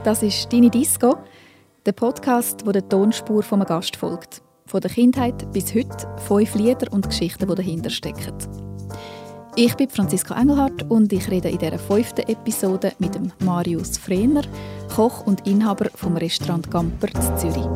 Das ist «Deine Disco», der Podcast, wo der Tonspur von einem Gast folgt. Von der Kindheit bis heute 5 Lieder und Geschichten, die dahinter stecken. Ich bin Franziska Engelhardt und ich rede in dieser 5. Episode mit dem Marius Frehner, Koch und Inhaber vom Restaurant Gamper in Zürich.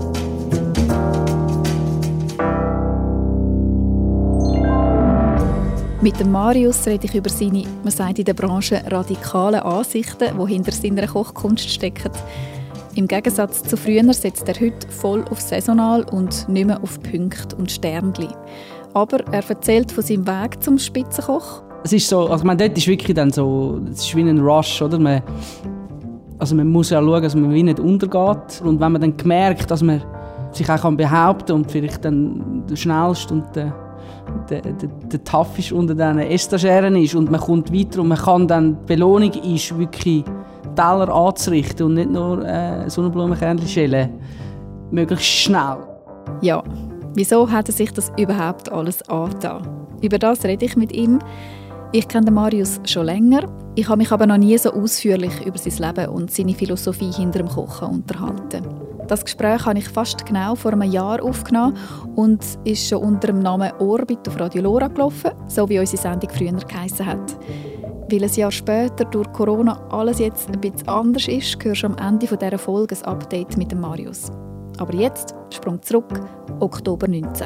Mit dem Marius rede ich über seine, man sagt in der Branche, radikalen Ansichten, die hinter seiner Kochkunst stecken. Im Gegensatz zu früher setzt er heute voll auf saisonal und nicht mehr auf Punkte und Sternchen. Aber er erzählt von seinem Weg zum Spitzenkoch. Es ist so, also dort ist wirklich dann so, es ist wie ein Rush, oder? Man muss ja schauen, dass man wie nicht untergeht. Und wenn man dann merkt, dass man sich auch behaupten kann und vielleicht dann der Schnellste und der Tougheste unter diesen Estagieren ist und man kommt weiter und man kann dann, die Belohnung ist wirklich Teller anzurichten und nicht nur Sonnenblumenkernchen schälen, möglichst schnell. Ja, wieso hat er sich das überhaupt alles angetan? Über das rede ich mit ihm. Ich kenne den Marius schon länger. Ich habe mich aber noch nie so ausführlich über sein Leben und seine Philosophie hinter dem Kochen unterhalten. Das Gespräch habe ich fast genau vor einem Jahr aufgenommen und ist schon unter dem Namen Orbit auf Radio Lora gelaufen, so wie unsere Sendung früher geheissen hat. Weil ein Jahr später durch Corona alles jetzt ein bisschen anders ist, hörst du am Ende dieser Folge ein Update mit dem Marius. Aber jetzt, Sprung zurück, Oktober 19.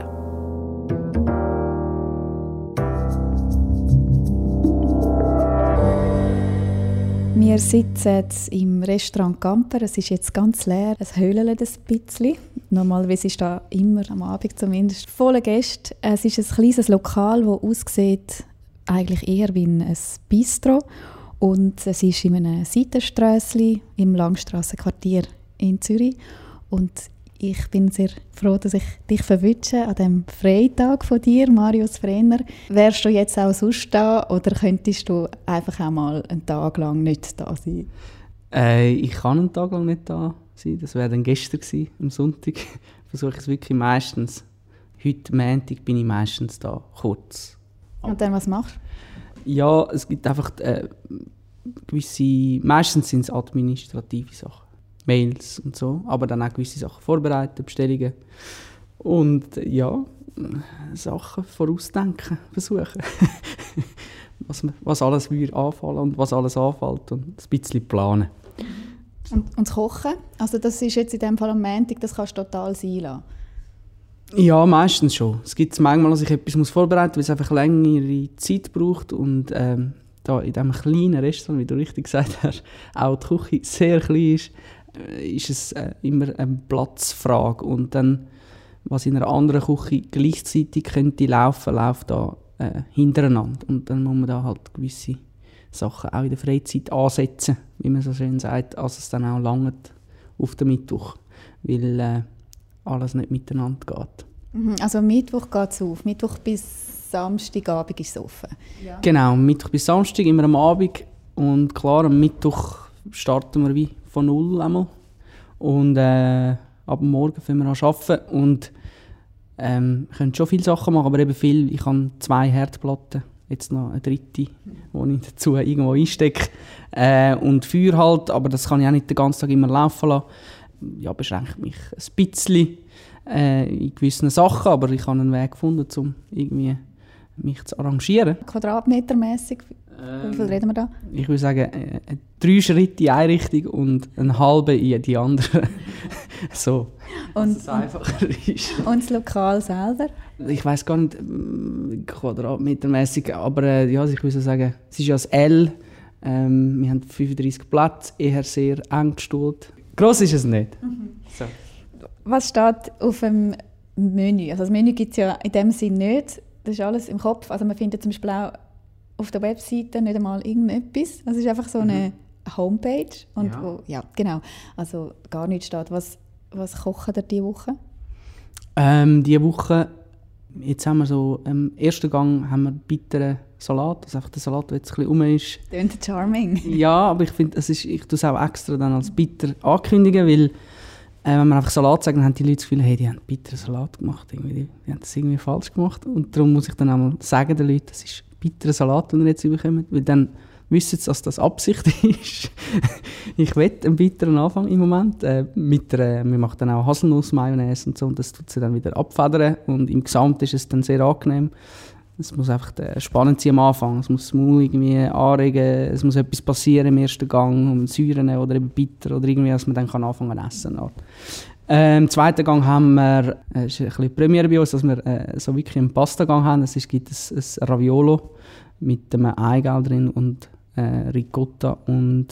Wir sitzen im Restaurant Gamper. Es ist jetzt ganz leer. Es höhlt ein bisschen. Normalerweise ist da immer, am Abend zumindest, voller Gäste. Es ist ein kleines Lokal, das aussieht eigentlich eher wie ein Bistro. Und es ist in einem Seitenströssli im Langstrassenquartier in Zürich. Und ich bin sehr froh, dass ich dich verwünsche an diesem Freitag von dir, Marius Frehner. Wärst du jetzt auch sonst da oder könntest du einfach auch mal einen Tag lang nicht da sein? Ich kann einen Tag lang nicht da sein. Das wäre dann gestern gewesen, am Sonntag. Versuche ich es wirklich meistens. Heute Montag bin ich meistens da, kurz. Und dann, was machst du? Ja, es gibt einfach gewisse, meistens sind es administrative Sachen. Mails und so, aber dann auch gewisse Sachen vorbereiten, Bestellungen und ja, Sachen vorausdenken, versuchen. was alles würde anfallen und was alles anfällt und ein bisschen planen. Und das Kochen? Also das ist jetzt in dem Fall am Montag, das kannst du total sein lassen? Ja, meistens schon. Es gibt manchmal, dass ich etwas vorbereiten muss, weil es einfach längere Zeit braucht und da in diesem kleinen Restaurant, wie du richtig gesagt hast, auch die Küche sehr klein ist es immer eine Platzfrage. Und dann, was in einer anderen Küche gleichzeitig könnte laufen, läuft da hintereinander. Und dann muss man da halt gewisse Sachen auch in der Freizeit ansetzen, wie man so schön sagt, als es dann auch langt auf den Mittwoch, weil alles nicht miteinander geht. Also Mittwoch geht es auf, Mittwoch bis Samstagabend ist es offen? Ja. Genau, Mittwoch bis Samstag, immer am Abend. Und klar, am Mittwoch starten wir wie von null einmal. Und ab morgen fangen wir an zu arbeiten. Und können schon viele Sachen machen, aber eben viel. Ich habe 2 Herdplatten, jetzt noch eine 3, die ich dazu irgendwo einstecke. Und Feuer halt, aber das kann ich auch nicht den ganzen Tag immer laufen lassen. Ja, beschränkt mich ein bisschen in gewissen Sachen, aber ich habe einen Weg gefunden, um irgendwie mich zu arrangieren. Quadratmetermässig? Wie viel reden wir da? Ich würde sagen, 3 Schritte in eine Richtung und einen halben in die andere. So, und, dass es einfacher ist. Und das Lokal selber? Ich weiss gar nicht quadratmetermässig, aber ja, ich würde sagen, es ist ja das L. Wir haben 35 Plätze, eher sehr eng gestuhlt. Gross ist es nicht. So. Was steht auf dem Menü? Also das Menü gibt es ja in dem Sinn nicht. Das ist alles im Kopf. Also man findet zum Beispiel auch auf der Webseite nicht einmal irgendetwas. Es ist einfach so eine Homepage. Und ja. Ja, genau. Also gar nichts steht. Was kochen ihr diese Woche? Diese Woche, jetzt haben wir so, im ersten Gang haben wir bitteren Salat, also einfach der Salat, der jetzt ein bisschen rum ist. Klingt charming. Ja, aber ich finde, ich tue es auch extra dann als bitter ankündigen, weil wenn man einfach Salat sagt, dann haben die Leute das Gefühl, hey, die haben bitteren Salat gemacht, irgendwie, die haben das irgendwie falsch gemacht. Und darum muss ich dann auch mal sagen den Leuten, das ist bitterer Salat, den ihr jetzt bekommt, weil dann wissen Sie, dass das Absicht ist. Ich will einen bitteren Anfang im Moment. Wir machen dann auch Haselnuss-Mayonnaise und so, und das tut sie dann wieder abfedern. Und im Gesamt ist es dann sehr angenehm. Es muss einfach spannend sein am Anfang. Es muss das Maul irgendwie anregen, es muss etwas passieren im ersten Gang, um Säuren oder eben bitter oder irgendwie, dass man dann anfangen kann essen. Im zweiten Gang haben wir, ist ein bisschen Premiere bei uns, dass wir so wirklich einen Pasta-Gang haben. Es gibt ein Raviolo mit einem Eigelb drin und Ricotta und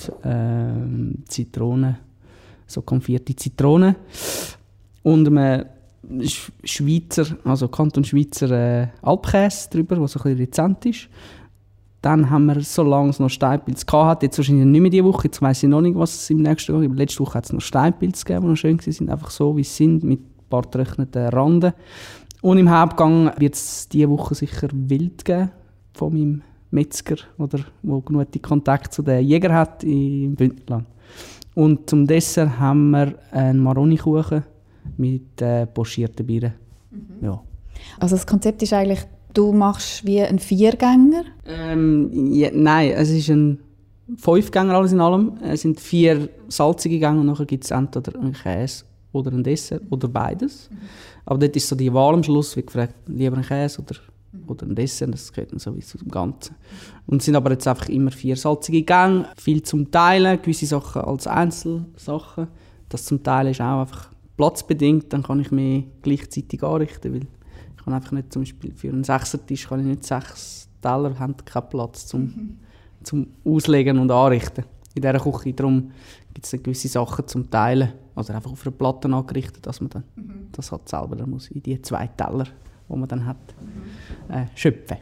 Zitrone, so konfierte Zitrone. Und einem Schweizer, also Kanton Schweizer Alpkäse drüber, der so ein bisschen rezent ist. Dann haben wir, solange es noch Steinpilze hatte, jetzt wahrscheinlich nicht mehr diese Woche, jetzt weiss ich noch nicht, was es im nächsten Woche gibt. Letzte Woche hat es noch Steinpilze gegeben, die noch schön waren, einfach so, wie sie sind, mit ein paar getrockneten Randen. Und im Hauptgang wird es diese Woche sicher Wild geben, von meinem Metzger, oder wo gute Kontakt zu den Jägern hat im Bündnerland. Und zum Dessert haben wir einen Maroni-Kuchen mit pochierten Bieren. Ja. Also das Konzept ist eigentlich, du machst wie einen Viergänger? Nein, es ist ein Fünfgänger alles in allem. Es sind 4 salzige Gänge und nachher gibt es entweder einen Käse oder ein Dessert oder beides. Aber dort ist so die Wahl am Schluss, wie gefragt, lieber ein Käse oder ein Dessert, das gehört dann sowieso zum Ganzen. Und es sind aber jetzt einfach immer 4 salzige Gänge, viel zum Teilen, gewisse Sachen als Einzelsachen. Das zum Teilen ist auch einfach platzbedingt, dann kann ich mich gleichzeitig anrichten, weil ich kann einfach nicht, zum Beispiel für einen 6er-Tisch kann ich nicht 6 Teller, haben keinen Platz zum Auslegen und Anrichten in dieser Küche. Darum gibt es gewisse Sachen zum Teilen, also einfach auf einer Platte angerichtet, dass man dann das halt selber dann muss in die 2 Teller, die man dann hat, schöpfen.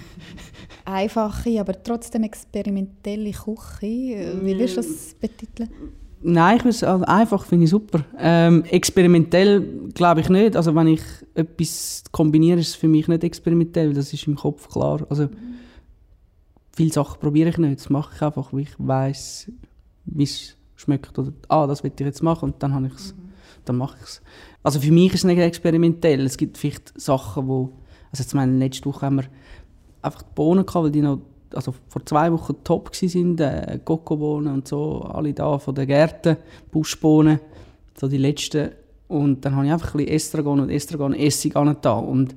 Einfache, aber trotzdem experimentelle Küche, wie würdest du das betiteln? Nein, einfach finde ich super. Experimentell glaube ich nicht. Also wenn ich etwas kombiniere, ist es für mich nicht experimentell. Das ist im Kopf klar. Also viele Sachen probiere ich nicht. Das mache ich einfach, weil ich weiss, wie es schmeckt. Oder das will ich jetzt machen und dann dann mache ich es. Also für mich ist es nicht experimentell. Es gibt vielleicht Sachen, wo... Also jetzt letzte Woche haben wir einfach die Bohnen gehabt, weil die noch... Also vor 2 Wochen top waren, Cocobohnen und so, alle da von den Gärten, Buschbohnen, so die letzten. Und dann habe ich einfach ein bisschen Estragon und Estragon-Essig angetan. Und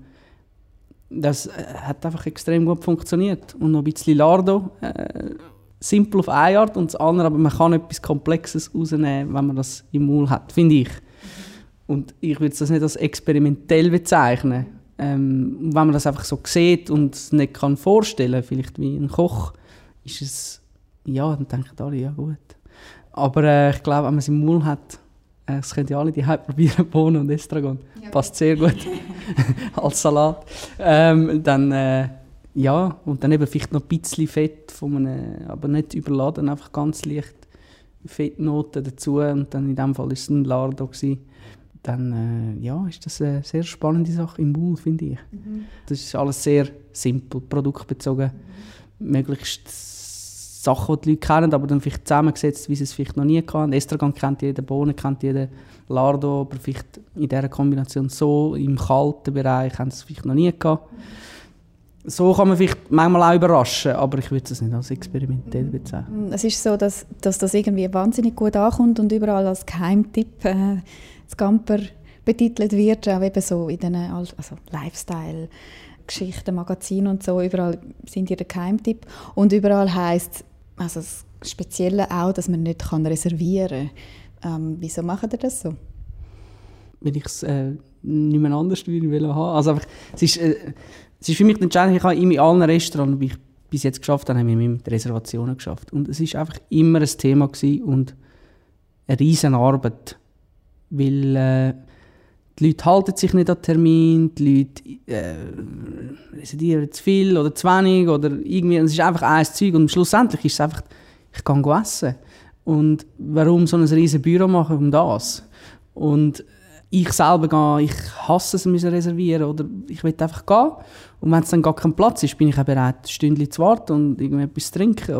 das hat einfach extrem gut funktioniert. Und noch ein bisschen Lardo, simpel auf eine Art und das andere, aber man kann etwas Komplexes rausnehmen, wenn man das im Maul hat, finde ich. Und ich würde das nicht als experimentell bezeichnen. Wenn man das einfach so sieht und es nicht vorstellen kann, vielleicht wie ein Koch, ist es, ja, dann denken alle, ja gut. Aber ich glaube, wenn man es im Maul hat, das können ja alle die probieren, Bohnen und Estragon. Ja. Passt sehr gut als Salat. Dann, ja, und dann eben vielleicht noch ein bisschen Fett, aber nicht überladen, einfach ganz leicht Fettnoten dazu. Und dann in diesem Fall war es ein Lardo gewesen. Dann ja, ist das eine sehr spannende Sache im Maul, finde ich. Das ist alles sehr simpel, produktbezogen. Möglichst Sachen, die Leute kennen, aber dann vielleicht zusammengesetzt, wie sie es vielleicht noch nie hatten. Estragon kennt jeder, Bohnen kennt jeder, Lardo, aber vielleicht in dieser Kombination so, im kalten Bereich haben sie es vielleicht noch nie gehabt. So kann man vielleicht manchmal auch überraschen, aber ich würde es nicht als experimentell bezeichnen. Es ist so, dass das irgendwie wahnsinnig gut ankommt und überall als Geheimtipp das Camper betitelt wird, auch eben so in den Lifestyle-Geschichten, Magazinen und so, überall sind ihr der Geheimtipp und überall heisst also das Spezielle auch, dass man nicht reservieren kann. Wieso macht ihr das so? Weil ich es nicht mehr anders haben. Also einfach, es ist für mich entscheidend, ich habe in allen Restaurants, die ich bis jetzt geschafft habe, haben wir mit Reservationen geschafft. Und es war einfach immer ein Thema gewesen und eine riesen Arbeit. Weil die Leute halten sich nicht an Termin, die Leute reservieren zu viel oder zu wenig oder irgendwie. Es ist einfach ein Zeug und schlussendlich ist es einfach, ich kann essen. Und warum so ein riesen Büro machen um das? Und ich selber ich hasse es, reservieren oder ich will einfach gehen. Und wenn es dann gar kein Platz ist, bin ich auch bereit, ein Stündchen zu warten und irgendetwas zu trinken.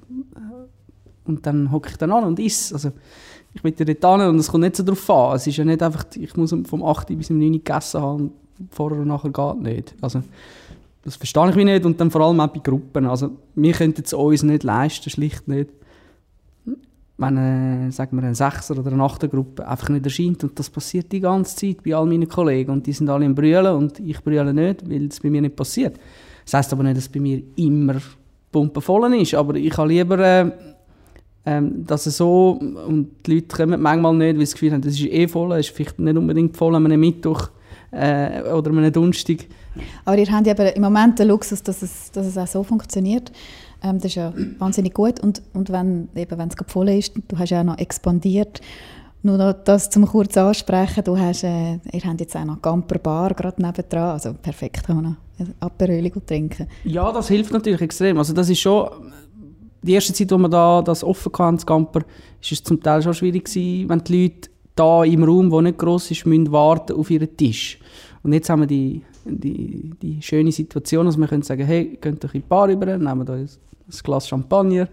Und dann hocke ich dann an und esse. Also, ich will ja dort hin und es kommt nicht so drauf an. Es ist ja nicht einfach, ich muss vom 8 bis 9 gegessen haben und vorher und nachher geht nicht. Also, Das verstehe ich nicht. Und dann vor allem auch bei Gruppen. Also, wir könnten es uns nicht leisten, schlicht nicht. Wenn sagen wir, eine 6er- oder eine 8er-Gruppe einfach nicht erscheint. Und das passiert die ganze Zeit bei all meinen Kollegen. Und die sind alle im Brüllen und ich brülle nicht, weil es bei mir nicht passiert. Das heisst aber nicht, dass es bei mir immer pumpenvoll ist. Aber ich habe lieber, dass es so, und die Leute kommen manchmal nicht, weil sie das Gefühl haben, das ist eh voll, es ist vielleicht nicht unbedingt voll an einem Mittwoch oder an einem Donnerstag. Aber ihr habt ja im Moment den Luxus, dass es auch so funktioniert. Das ist ja wahnsinnig gut. Und wenn es gerade voll ist, du hast ja auch noch expandiert. Nur noch das zum kurz ansprechen, ihr habt jetzt auch noch Camper Bar gerade nebendran, also perfekt, kann man noch eine Aperol trinken. Ja, das hilft natürlich extrem. Also das ist schon, die erste Zeit, wo wir da das offen hatten, das Camper, ist es zum Teil schon schwierig gewesen, wenn die Leute da im Raum, der nicht gross ist, müssen warten auf ihren Tisch. Und jetzt haben wir die schöne Situation, dass wir können sagen, hey, geht doch in die Bar rüber, nehmen da ein Glas Champagner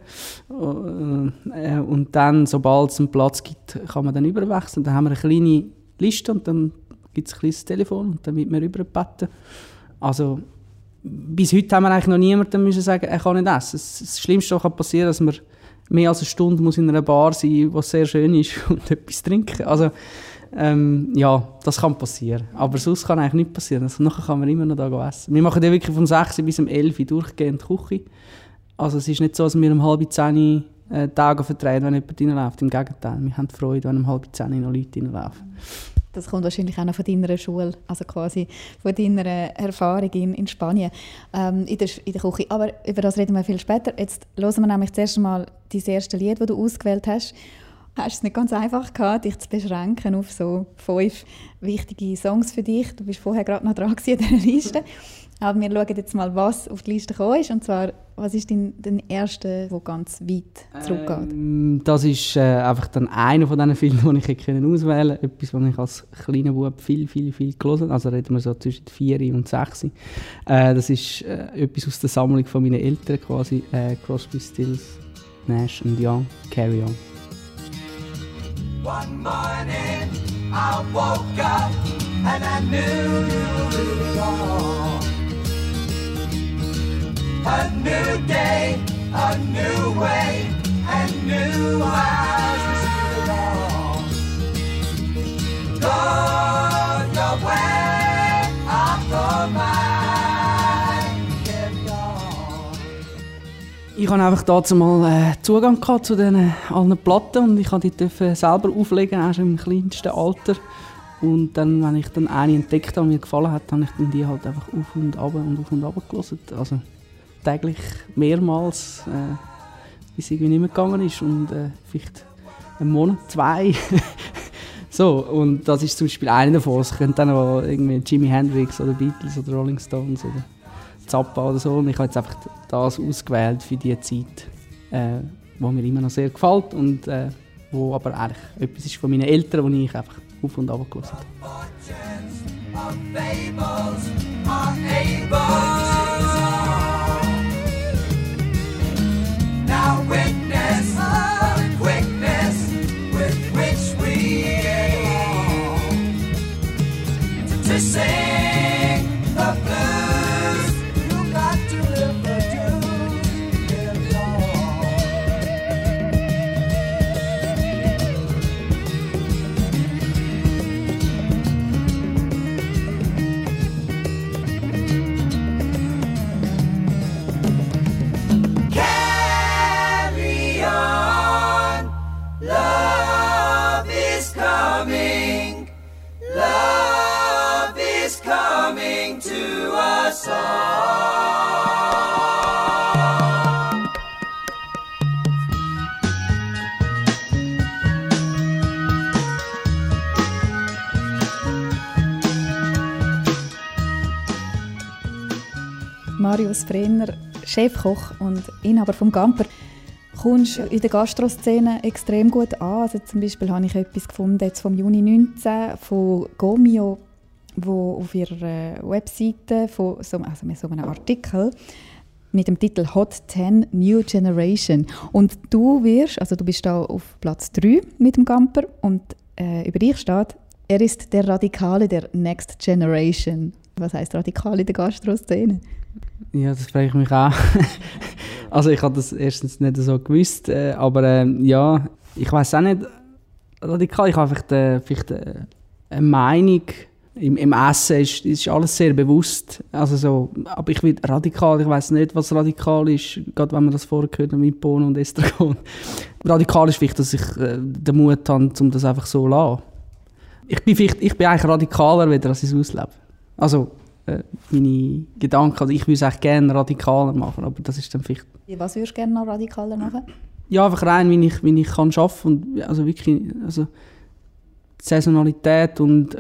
und dann, sobald es einen Platz gibt, kann man dann überwechseln. Dann haben wir eine kleine Liste und dann gibt es ein kleines Telefon und dann wird man rübergebeten. Also bis heute haben wir eigentlich noch niemandem müssen sagen, er kann nicht essen. Das Schlimmste, was passieren kann, dass man mehr als eine Stunde muss in einer Bar sein muss, was sehr schön ist, und etwas trinken. Also ja, das kann passieren. Aber sonst kann eigentlich nichts passieren. Also nachher kann man immer noch da essen. Wir machen ja wirklich von 6 bis 11 durchgehend Küche. Also es ist nicht so, dass wir um 9:30 Tage vertreiben, wenn jemand reinläuft. Im Gegenteil, wir haben die Freude, wenn um 9:30 noch Leute reinlaufen. Das kommt wahrscheinlich auch noch von deiner Schule, also quasi von deiner Erfahrung in Spanien, in der Küche. Aber über das reden wir viel später. Jetzt hören wir nämlich zuerst mal dein erste Lied, das du ausgewählt hast. Hast du es nicht ganz einfach gehabt, dich zu beschränken auf so 5 wichtige Songs für dich? Du bist vorher gerade noch dran in dieser Liste. Aber wir schauen jetzt mal, was auf die Liste gekommen ist. Und zwar, was ist dein erster, der ganz weit zurückgeht? Das ist einfach dann einer von diesen Filmen, die ich hätte auswählen konnte. Etwas, was ich als kleiner Bub viel gelesen habe. Also reden wir so zwischen 4 und 6. Das ist etwas aus der Sammlung von meinen Eltern quasi. Crosby, Stills, Nash & Young, Carry On. One morning I woke up and I knew it all. A new day, a new way, and new eyes to see it all. Go your way, I'll go mine, carry on. Ich hatte einfach dazu mal Zugang zu diesen allen Platten und ich durfte die selber auflegen, auch schon im kleinsten Alter. Und dann, wenn ich dann eine entdeckt habe, die mir gefallen hat, habe ich dann die halt einfach auf und runter gehört. Also täglich mehrmals, bis es irgendwie nicht mehr gegangen ist. Und vielleicht einen Monat, 2. So, und das ist zum Beispiel eine davon. Es könnte dann auch irgendwie Jimi Hendrix oder Beatles oder Rolling Stones oder Zappa oder so. Und ich habe jetzt einfach das ausgewählt für die Zeit, wo mir immer noch sehr gefällt und wo aber eigentlich etwas ist von meinen Eltern, wo ich einfach auf und runter gehört habe. Now witness the quickness with which we to sing the blues. You got to live the Marius Brenner, Chefkoch und Inhaber vom Camper, kommst in der Gastroszene extrem gut an. Also zum Beispiel habe ich etwas gefunden jetzt vom Juni 19 von Gomio, wo auf ihrer Webseite mit so einem Artikel mit dem Titel Hot 10 New Generation. Und du bist da auf Platz 3 mit dem Camper und über dich steht, er ist der Radikale der Next Generation. Was heisst Radikale in der Gastroszene? Ja, das frage ich mich auch. Also ich habe das erstens nicht so gewusst, aber ja, ich weiß auch nicht, radikal, ich habe vielleicht eine Meinung. Im Essen ist alles sehr bewusst, also so, aber ich will radikal, ich weiß nicht, was radikal ist, gerade wenn man das vorher gehört mit Bohnen und Estragon. Radikal ist vielleicht, dass ich den Mut habe, um das einfach so zu lassen. Ich bin eigentlich radikaler, als ich es auslebe. Also meine Gedanken, also ich würde es eigentlich gerne radikaler machen, aber das ist dann vielleicht... Was würdest du gerne noch radikaler machen? Ja, einfach rein, wie ich kann arbeiten und also wirklich, also die Saisonalität und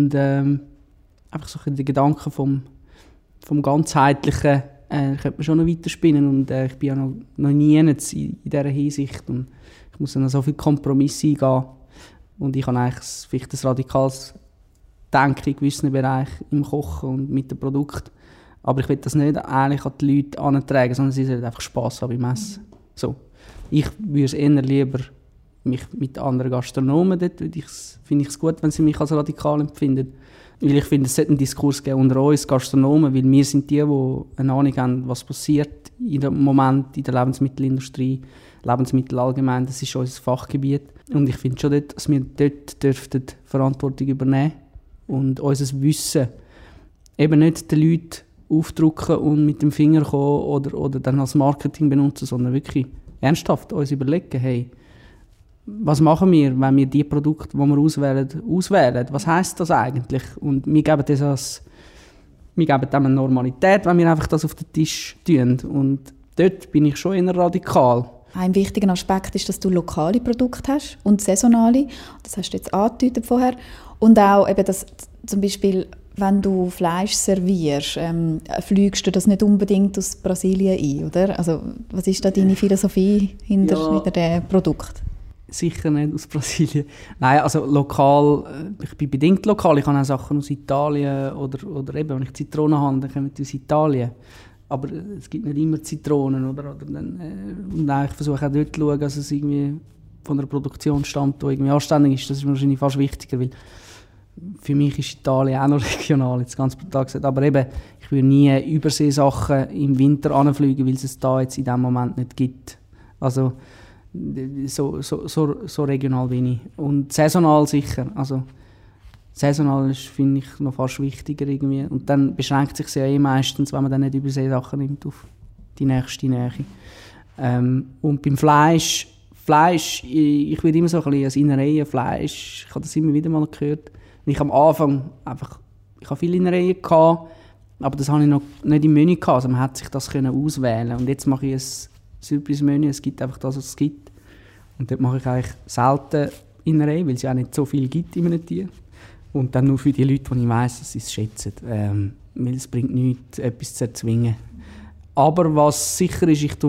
einfach so die Gedanken vom Ganzheitlichen könnte man schon noch weiterspinnen und ich bin ja noch nie in dieser Hinsicht und ich muss dann noch so viele Kompromisse eingehen und ich habe eigentlich vielleicht ein radikales Denken in gewissen Bereichen im Kochen und mit dem Produkt, aber ich will das nicht eigentlich an die Leute herantragen, sondern sie sollen einfach Spass haben beim Essen. So. Ich würde es eher lieber mich mit anderen Gastronomen, dort finde ich es gut, wenn sie mich als radikal empfinden. Weil ich finde, es sollte einen Diskurs geben unter uns Gastronomen, weil wir sind die eine Ahnung haben, was passiert in dem Moment in der Lebensmittelindustrie, Lebensmittel allgemein, das ist unser Fachgebiet. Und ich finde schon, dass wir dort dürften Verantwortung übernehmen und unser Wissen eben nicht den Leuten aufdrücken und mit dem Finger kommen oder dann als Marketing benutzen, sondern wirklich ernsthaft uns überlegen, hey, was machen wir, wenn wir die Produkte, die wir auswählen? Was heisst das eigentlich? Und wir geben dem eine Normalität, wenn wir einfach das auf den Tisch tun. Und dort bin ich schon eher radikal. Ein wichtiger Aspekt ist, dass du lokale Produkte hast und saisonale. Das hast du jetzt angedeutet vorher. Und auch eben, dass zum Beispiel, wenn du Fleisch servierst, fliegst du das nicht unbedingt aus Brasilien ein, oder? Also, was ist da deine Philosophie hinter dem Produkt? Sicher nicht aus Brasilien. Nein, also lokal, ich bin bedingt lokal. Ich habe auch Sachen aus Italien oder eben, wenn ich Zitronen habe, dann kommen die aus Italien. Aber es gibt nicht immer Zitronen. Und ich versuche auch dort zu schauen, dass es irgendwie von einer Produktion stammt, die irgendwie anständig ist. Das ist wahrscheinlich fast wichtiger, weil für mich ist Italien auch noch regional, jetzt ganz brutal gesagt. Aber eben, ich würde nie Überseesachen im Winter anfliegen, weil es da jetzt in diesem Moment nicht gibt. Also so regional bin ich. Und saisonal sicher. Also saisonal ist, finde ich, noch fast wichtiger irgendwie. Und dann beschränkt sich ja meistens, wenn man dann nicht Überseesachen nimmt, auf die nächste Nähe. Und beim Fleisch, ich würde immer so ein bisschen als Innereien Fleisch, ich habe das immer wieder mal gehört. Ich am Anfang einfach, ich habe viele Innereien gehabt, aber das habe ich noch nicht im Menü gehabt, also man hätte sich das können auswählen. Und jetzt mache ich ein Surprise-Menü, es gibt einfach das, was es gibt. Und dort mache ich eigentlich selten Innereien, weil es ja auch nicht so viel gibt in einem Tier. Und dann nur für die Leute, die ich weiss, dass sie es schätzen. Weil es bringt nichts, etwas zu erzwingen. Aber was sicher ist, ich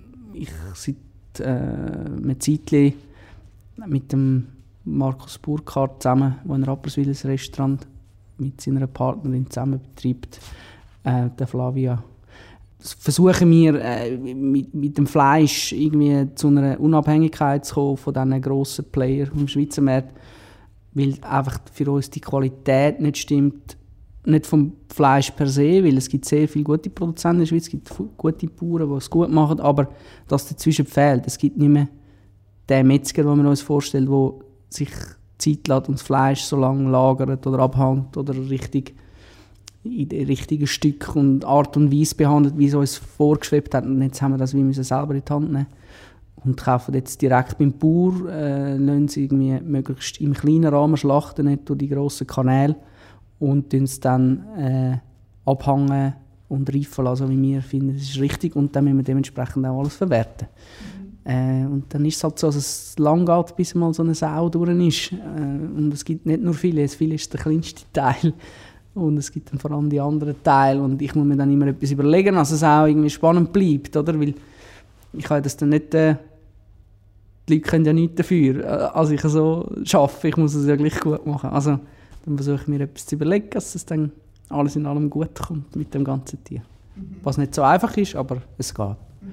seit einem Zeitchen mit dem Markus Burkhardt zusammen, der in Rapperswil ein Restaurant mit seiner Partnerin zusammen betreibt, der Flavia. Versuchen wir mit dem Fleisch irgendwie zu einer Unabhängigkeit zu kommen von diesen grossen Playern im Schweizer Markt, weil einfach für uns die Qualität nicht stimmt, nicht vom Fleisch per se, weil es gibt sehr viele gute Produzenten in der Schweiz, es gibt gute Bauern, die es gut machen, aber das dazwischen fehlt. Es gibt nicht mehr den Metzger, den wir uns vorstellen, der sich Zeit lässt und das Fleisch so lange lagert oder abhängt oder richtig in den richtigen Stück und Art und Weise behandelt, wie es uns vorgeschwebt hat. Und jetzt haben wir das, wir müssen selber in die Hand nehmen und kaufen jetzt direkt beim Bauer, lassen sie irgendwie möglichst im kleinen Rahmen schlachten, nicht durch die grossen Kanäle und tun es dann abhängen und reifen lassen, wie wir finden, das ist richtig, und dann müssen wir dementsprechend auch alles verwerten. Und dann ist es halt so, dass es lang geht, bis mal so eine Sau durch ist. Und es gibt nicht nur Filet, das Filet ist der kleinste Teil. Und es gibt dann vor allem die anderen Teile. Und ich muss mir dann immer etwas überlegen, dass es auch irgendwie spannend bleibt, oder? Weil ich kann das dann nicht... die Leute können ja nichts dafür, als ich so arbeite. Ich muss es ja gleich gut machen. Also dann versuche ich mir etwas zu überlegen, dass es dann alles in allem gut kommt mit dem ganzen Tier. Was nicht so einfach ist, aber es geht.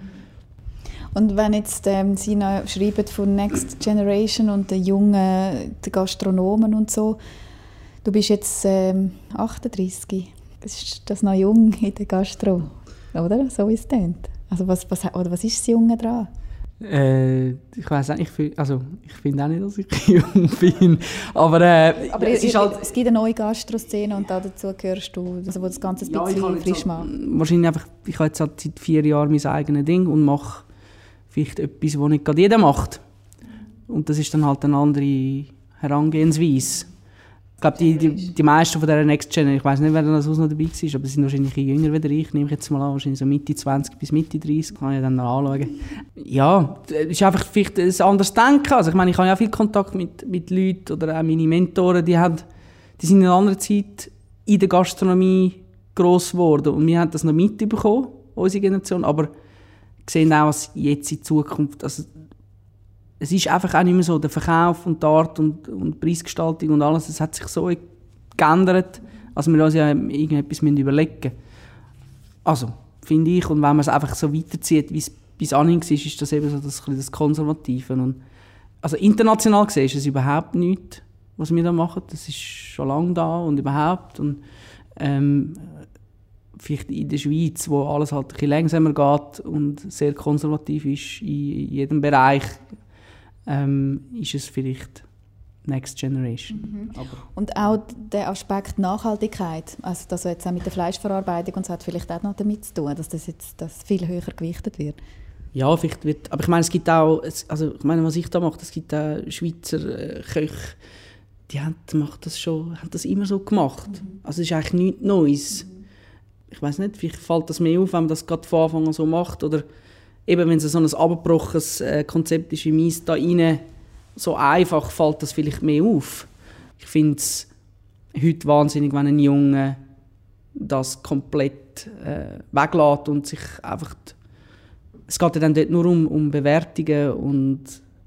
Und wenn jetzt Sie noch schreiben von Next Generation und den jungen den Gastronomen und so, du bist jetzt 38. Ist das noch jung in der Gastro, oder? So wie es klingt. Also was ist das Junge dran? Ich weiss nicht, ich finde auch nicht, dass ich jung bin. Aber es gibt eine neue Gastro-Szene und dazu gehörst du, also wo das Ganze ein bisschen frisch macht. Wahrscheinlich einfach, ich habe jetzt halt seit 4 Jahren mein eigenes Ding und mache vielleicht etwas, das nicht gerade jeder macht. Und das ist dann halt eine andere Herangehensweise. Ich glaube, die meisten von dieser Next Gen, ich weiss nicht, wer da noch dabei war, aber sie sind wahrscheinlich jünger als ich, nehme ich jetzt mal an, wahrscheinlich so Mitte 20 bis Mitte 30, kann ich dann noch anschauen. Ja, es ist einfach vielleicht ein anderes Denken. Also ich meine, ich habe ja viel Kontakt mit Leuten oder auch meine Mentoren, die sind in einer anderen Zeit in der Gastronomie gross geworden und wir haben das noch mitbekommen, unsere Generation, aber sehen auch, was jetzt in Zukunft, also es ist einfach auch nicht mehr so, der Verkauf und die Art und Preisgestaltung und alles, das hat sich so geändert, dass wir uns ja irgendetwas überlegen müssen. Also, finde ich, und wenn man es einfach so weiterzieht, wie es bis anhin war, ist das eben so das Konservative. Und, also international gesehen ist es überhaupt nichts, was wir da machen, das ist schon lange da und überhaupt. Und, vielleicht in der Schweiz, wo alles halt ein bisschen langsamer geht und sehr konservativ ist in jedem Bereich, ist es vielleicht Next Generation. Mhm. Und auch der Aspekt Nachhaltigkeit, also das jetzt auch mit der Fleischverarbeitung und so hat vielleicht auch noch damit zu tun, dass das viel höher gewichtet wird. Ja, vielleicht wird, aber ich meine, es gibt auch, also ich meine, was ich da mache, es gibt auch Schweizer Köche, die haben das immer so gemacht. Mhm. Also es ist eigentlich nichts Neues. Mhm. Ich weiss nicht, vielleicht fällt das mehr auf, wenn man das gerade von Anfang an so macht, oder eben, wenn es so ein abgebrochenes Konzept ist wie meins da rein, so einfach fällt das vielleicht mehr auf. Ich finde es heute wahnsinnig, wenn ein Junge das komplett weglässt und sich einfach... Es geht ja dann dort nur um Bewertungen und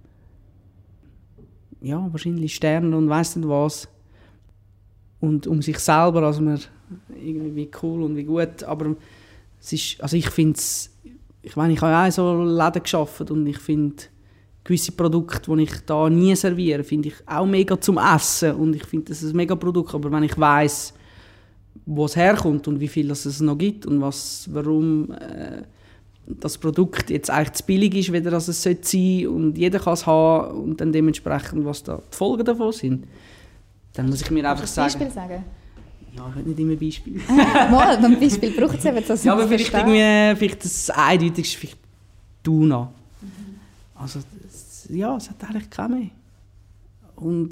ja, wahrscheinlich Sterne und weiss nicht was. Und um sich selber, also man irgendwie wie cool und wie gut, aber es ist, also ich finde es... Ich meine, ich habe auch in so Läden gearbeitet und ich finde gewisse Produkte, die ich da nie serviere, finde ich auch mega zum Essen und ich finde, das ist ein mega Produkt, aber wenn ich weiss, wo es herkommt und wie viel es noch gibt und warum das Produkt jetzt eigentlich zu billig ist, weder als es sein sollte und jeder kann es haben und dann dementsprechend, was da die Folgen davon sind, dann muss ich mir einfach sagen... Beispiel sagen? Ja, ich will nicht immer Beispiele. Mal, beim Beispiel braucht es eben das. Ja, aber vielleicht das Eindeutigste, vielleicht Tuna. Mhm. Also, es hat eigentlich keinen mehr. Und,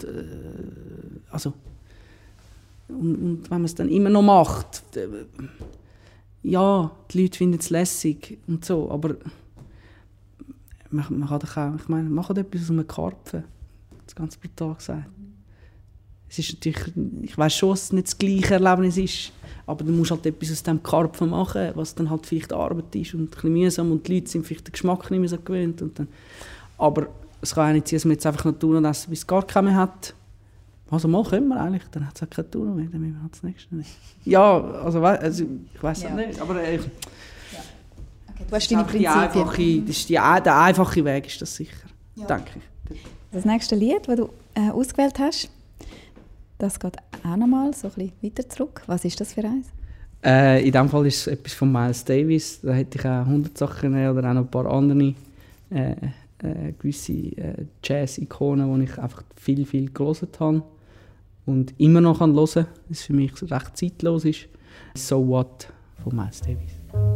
und wenn man es dann immer noch macht, ja, die Leute finden es lässig und so, aber man kann doch auch, ich meine, man kann etwas aus einem Karpfen, das ganz brutal gesagt. Es ist natürlich, ich weiss schon, dass es nicht das gleiche Erlebnis ist, aber du musst halt etwas aus diesem Karpfen machen, was dann halt vielleicht Arbeit ist und ein bisschen mühsam und die Leute sind vielleicht den Geschmack nicht mehr so gewöhnt. Und dann, aber es kann auch nicht sein, dass wir jetzt einfach noch tun und essen, bis es gar keinen mehr hat. Also mal können wir eigentlich, dann hat es auch keinen Tun mehr, dann müssen wir halt das nächste nicht. Ja, also ich weiss es nicht, aber... Okay, du hast deine Prinzipien. Der einfache Weg ist das sicher, denke ich. Das nächste Lied, das du ausgewählt hast, das geht auch noch mal so ein bisschen weiter zurück. Was ist das für eins? In diesem Fall ist es etwas von Miles Davis. Da hätte ich auch 100 Sachen oder auch noch ein paar andere gewisse Jazz-Ikonen, die ich einfach viel gelesen habe und immer noch hören kann, das für mich recht zeitlos ist. «So What» von Miles Davis.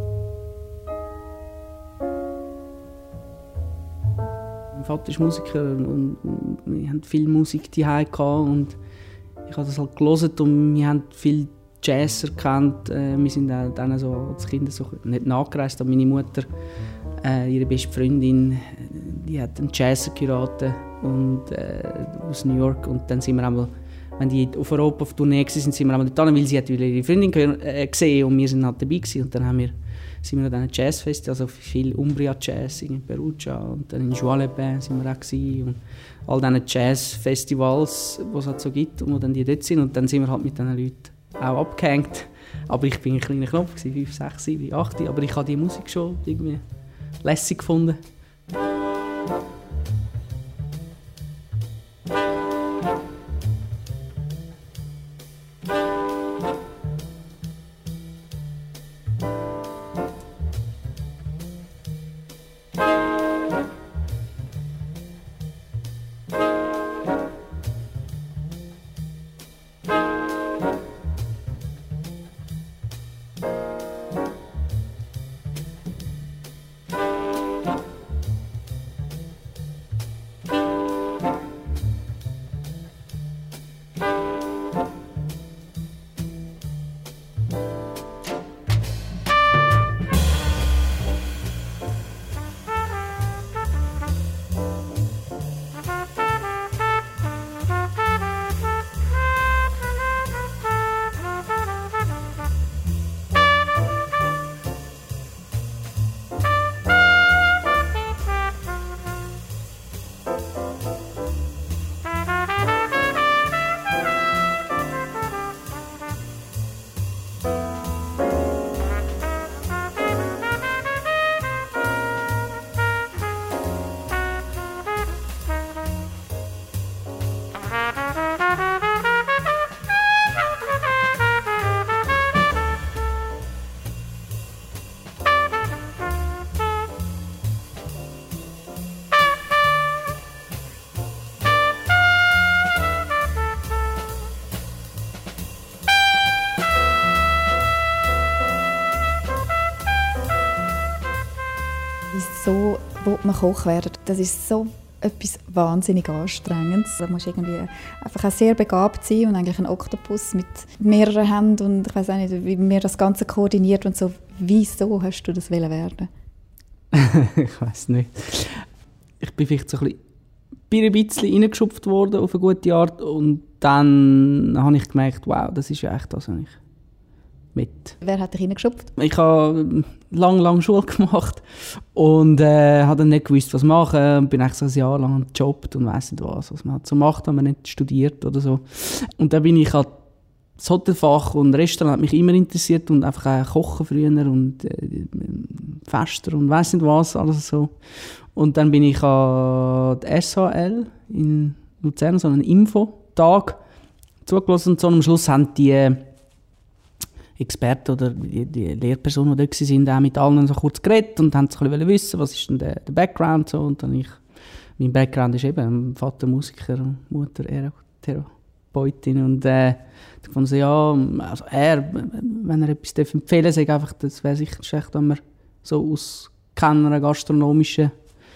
Mein Vater ist Musiker und wir hatten viel Musik zu Hause und ich habe das halt gelesen und wir haben viel Jazzer gekannt. Wir sind auch dann so als Kinder so nicht nachgereist, aber meine Mutter, ihre beste Freundin, die hat einen Jazzer geheiratet und aus New York und dann sind wir einmal, wenn die auf Europa auf Tournee waren, sind wir einmal dort hin, weil sie hat ihre Freundin gesehen und wir sind halt dabei gewesen. Und dann sind wir an diesen Jazzfest, also viel Umbria Jazz in Perugia und dann in Joie-les-Bains sind wir auch gewesen und all diesen Jazz-Festivals, die es halt so gibt und wo dann die dort sind und dann sind wir halt mit diesen Leuten auch abgehängt. Aber ich bin ein kleiner Knopf, 5, 6, 7, 8, aber ich habe die Musik schon irgendwie lässig gefunden. man Koch werden, das ist so etwas wahnsinnig Anstrengendes. Da musst du irgendwie einfach auch sehr begabt sein und eigentlich ein Oktopus mit mehreren Händen und ich weiß auch nicht, wie man das Ganze koordiniert und so. Wieso hast du das werden? Ich weiß nicht. Ich bin vielleicht so ein bisschen reingeschupft worden auf eine gute Art und dann habe ich gemerkt, wow, das ist ja echt das, was ich mit. Wer hat dich reingeschupft? Ich habe lange Schule gemacht und habe dann nicht gewusst, was machen. Und bin eigentlich so ein Jahr lang gejobbt und weiss nicht was man halt so macht, wenn man nicht studiert oder so. Und dann bin ich halt das Hotelfach und Restaurant hat mich immer interessiert und einfach auch Kochen früher und Fester und weiss nicht was, alles so. Und dann bin ich an die SHL in Luzern, so einen Infotag zugelassen und so. Und am Schluss haben die Experten oder die Lehrpersonen, die dort waren, auch mit allen so kurz geredet und haben so ein bisschen wissen, was ist denn der Background so. Und dann mein Background ist eben Vater Musiker und Mutter Therapeutin und ich fand so, ja, also wenn er etwas empfehlen darf, sage einfach, das wäre sicher schlecht, wenn man so aus keinem gastronomischen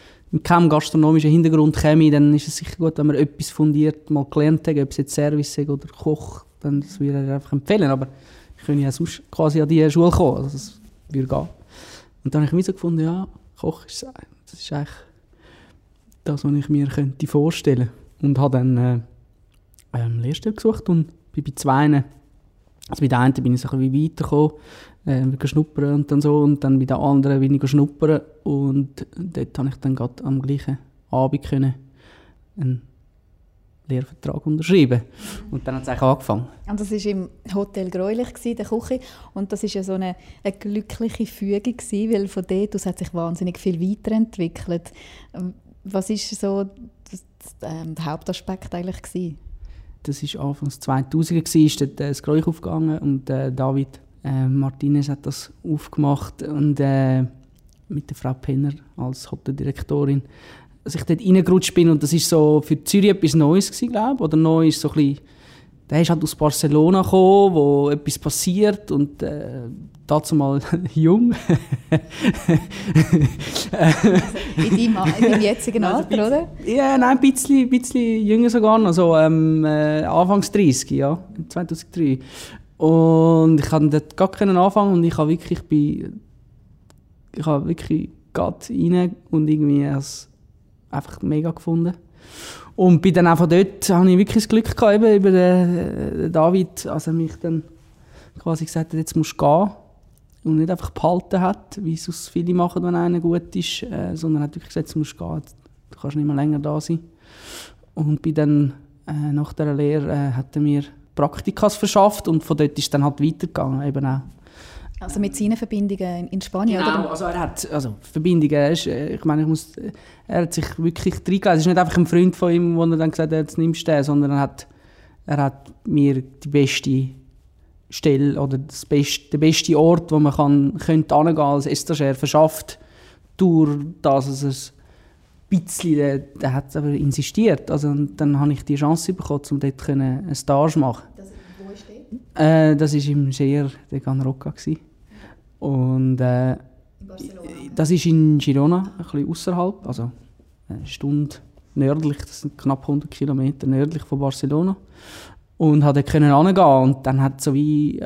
Hintergrund käme, dann ist es sicher gut, wenn man etwas fundiert mal gelernt hat, ob es jetzt Service ist oder Koch, dann das würde er einfach empfehlen, aber ich könnte ja sonst quasi an die Schule kommen, also das würde gehen. Und dann habe ich mir so gefunden, ja, Koch das ist eigentlich das, was ich mir vorstellen könnte. Und habe dann Lehrstelle gesucht und bin bei zwei, also bei der einen bin ich so ein bisschen weitergekommen, schnuppern und dann so, und dann bei der anderen bin ich schnuppern und dort habe ich dann gerade am gleichen Abend einen Lehrvertrag unterschrieben. Und dann hat es eigentlich angefangen. Und das war im Hotel Greulich, der Küche. Und das war ja so eine glückliche Fügung, weil von dort aus hat sich wahnsinnig viel weiterentwickelt. Was war so der Hauptaspekt eigentlich gewesen? Das war Anfangs 2000, ist dort das Greulich aufgegangen und David Martinez hat das aufgemacht und mit der Frau Penner als Hoteldirektorin, dass ich dort reingerutscht bin und das war so für Zürich etwas Neues gewesen, glaube ich. Oder neu ist so ein bisschen, der ist halt aus Barcelona gekommen, wo etwas passiert und dazu mal jung. in deinem jetzigen Alter, oder? Ja, nein, ein bisschen jünger sogar noch, so Anfangs 30, ja, 2003. Und ich konnte dort gar keinen anfangen und ich habe wirklich gerade rein und irgendwie einfach mega gefunden. Und bin dann auch von dort, habe ich wirklich das Glück gehabt, eben über den David, als er mich dann quasi gesagt hat, jetzt musst du gehen. Und nicht einfach behalten hat, wie es aus viele machen, wenn einer gut ist, sondern hat wirklich gesagt, jetzt musst du gehen, du kannst nicht mehr länger da sein. Und bin dann nach dieser Lehre hat er mir Praktikas verschafft und von dort ist dann halt weitergegangen, eben auch. Also mit seinen Verbindungen in Spanien, genau, oder? Also er hat Verbindungen, ich meine, er hat sich wirklich reingelegt. Es ist nicht einfach ein Freund von ihm, der dann gesagt hat, jetzt nimmst du den, sondern er hat mir die beste Stelle oder der beste Ort, wo man könnte hingehen als Estagiaire verschafft, durch das, dass es ein bisschen, der hat aber insistiert. Also, und dann habe ich die Chance bekommen, um dort einen Stage zu machen. Wo ist das? Das war im Scher de Can Roca. Und In Barcelona? das ist in Girona, ein bisschen ausserhalb, also eine Stunde nördlich, das sind knapp 100 Kilometer nördlich von Barcelona. Und konnte dort hingehen und dann hat so wie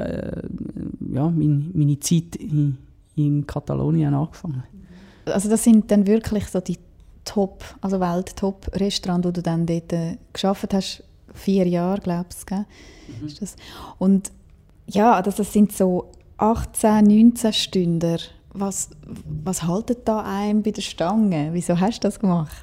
meine Zeit in Katalonien angefangen. Also das sind dann wirklich so die also Welt-Top-Restaurants, wo du dann dort gearbeitet hast, 4 Jahre, glaubst du, gell? Ist das? Und ja, das sind so 18, 19 Stunden. Was haltet da einem bei der Stange? Wieso hast du das gemacht?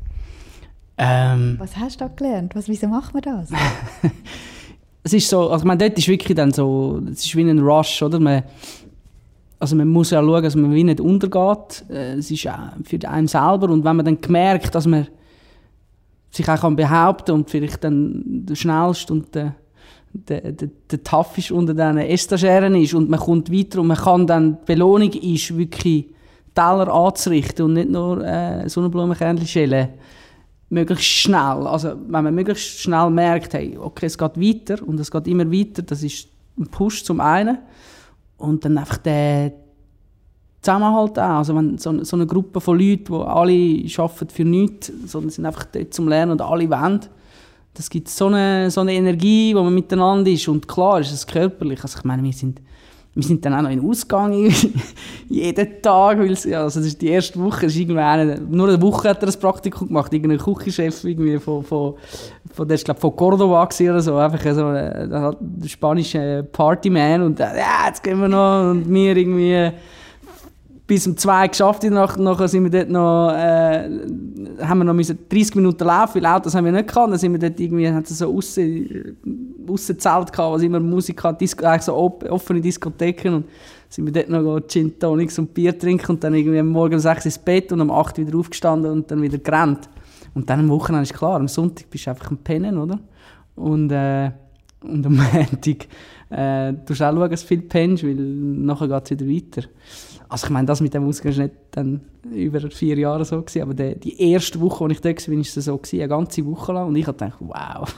Was hast du da gelernt? Wieso macht man das? Es ist so, also dort ist wirklich dann so, es ist wie ein Rush, oder? Man muss ja schauen, dass man wie nicht untergeht. Es ist auch für einen selber. Und wenn man dann merkt, dass man sich auch behaupten kann und vielleicht dann der Schnellste und der Tougheste unter diesen Estagiären ist und man kommt weiter und man kann dann, die Belohnung ist wirklich Teller anzurichten und nicht nur Sonnenblumenkernchen schälen. Möglichst schnell. Also wenn man möglichst schnell merkt, hey, okay, es geht weiter und es geht immer weiter, das ist ein Push zum einen. Und dann einfach Zusammenhalt auch. Also wenn so eine Gruppe von Leuten, die alle arbeiten für nichts, sondern sind einfach dort zum Lernen und alle wollen, das gibt so eine Energie, wo man miteinander ist. Und klar ist es körperlich. Also ich meine, wir sind dann auch noch in den Ausgang jeden Tag, weil also das ist die erste Woche, ist nur eine Woche hat er das Praktikum gemacht, irgendein Küchenchef irgendwie von der ist, glaub, von Cordoba oder so, einfach so ein spanischer Partyman und ja, jetzt gehen wir noch und wir irgendwie bis um 2 geschafft. Nachher sind wir dort noch, haben wir noch 30 Minuten laufen, weil Autos haben wir nicht gehabt. Dann sind wir dort irgendwie, hat es so Aussenzelt gehabt, was immer Musik hat, eigentlich so offene Diskotheken. Und sind wir dort noch Gin Tonics und Bier trinken und dann irgendwie am Morgen um 6 ins Bett und um 8 wieder aufgestanden und dann wieder gerannt. Und dann am Wochenende ist klar, am Sonntag bist du einfach am Pennen, oder? Und am Montag tust du auch schauen, dass du viel pennst, weil nachher geht es wieder weiter. Also ich meine, das mit dem Ausgang war nicht dann über 4 Jahre so gewesen, aber die erste Woche, als ich da war, war es so gewesen, eine ganze Woche lang. Und ich habe gedacht, wow,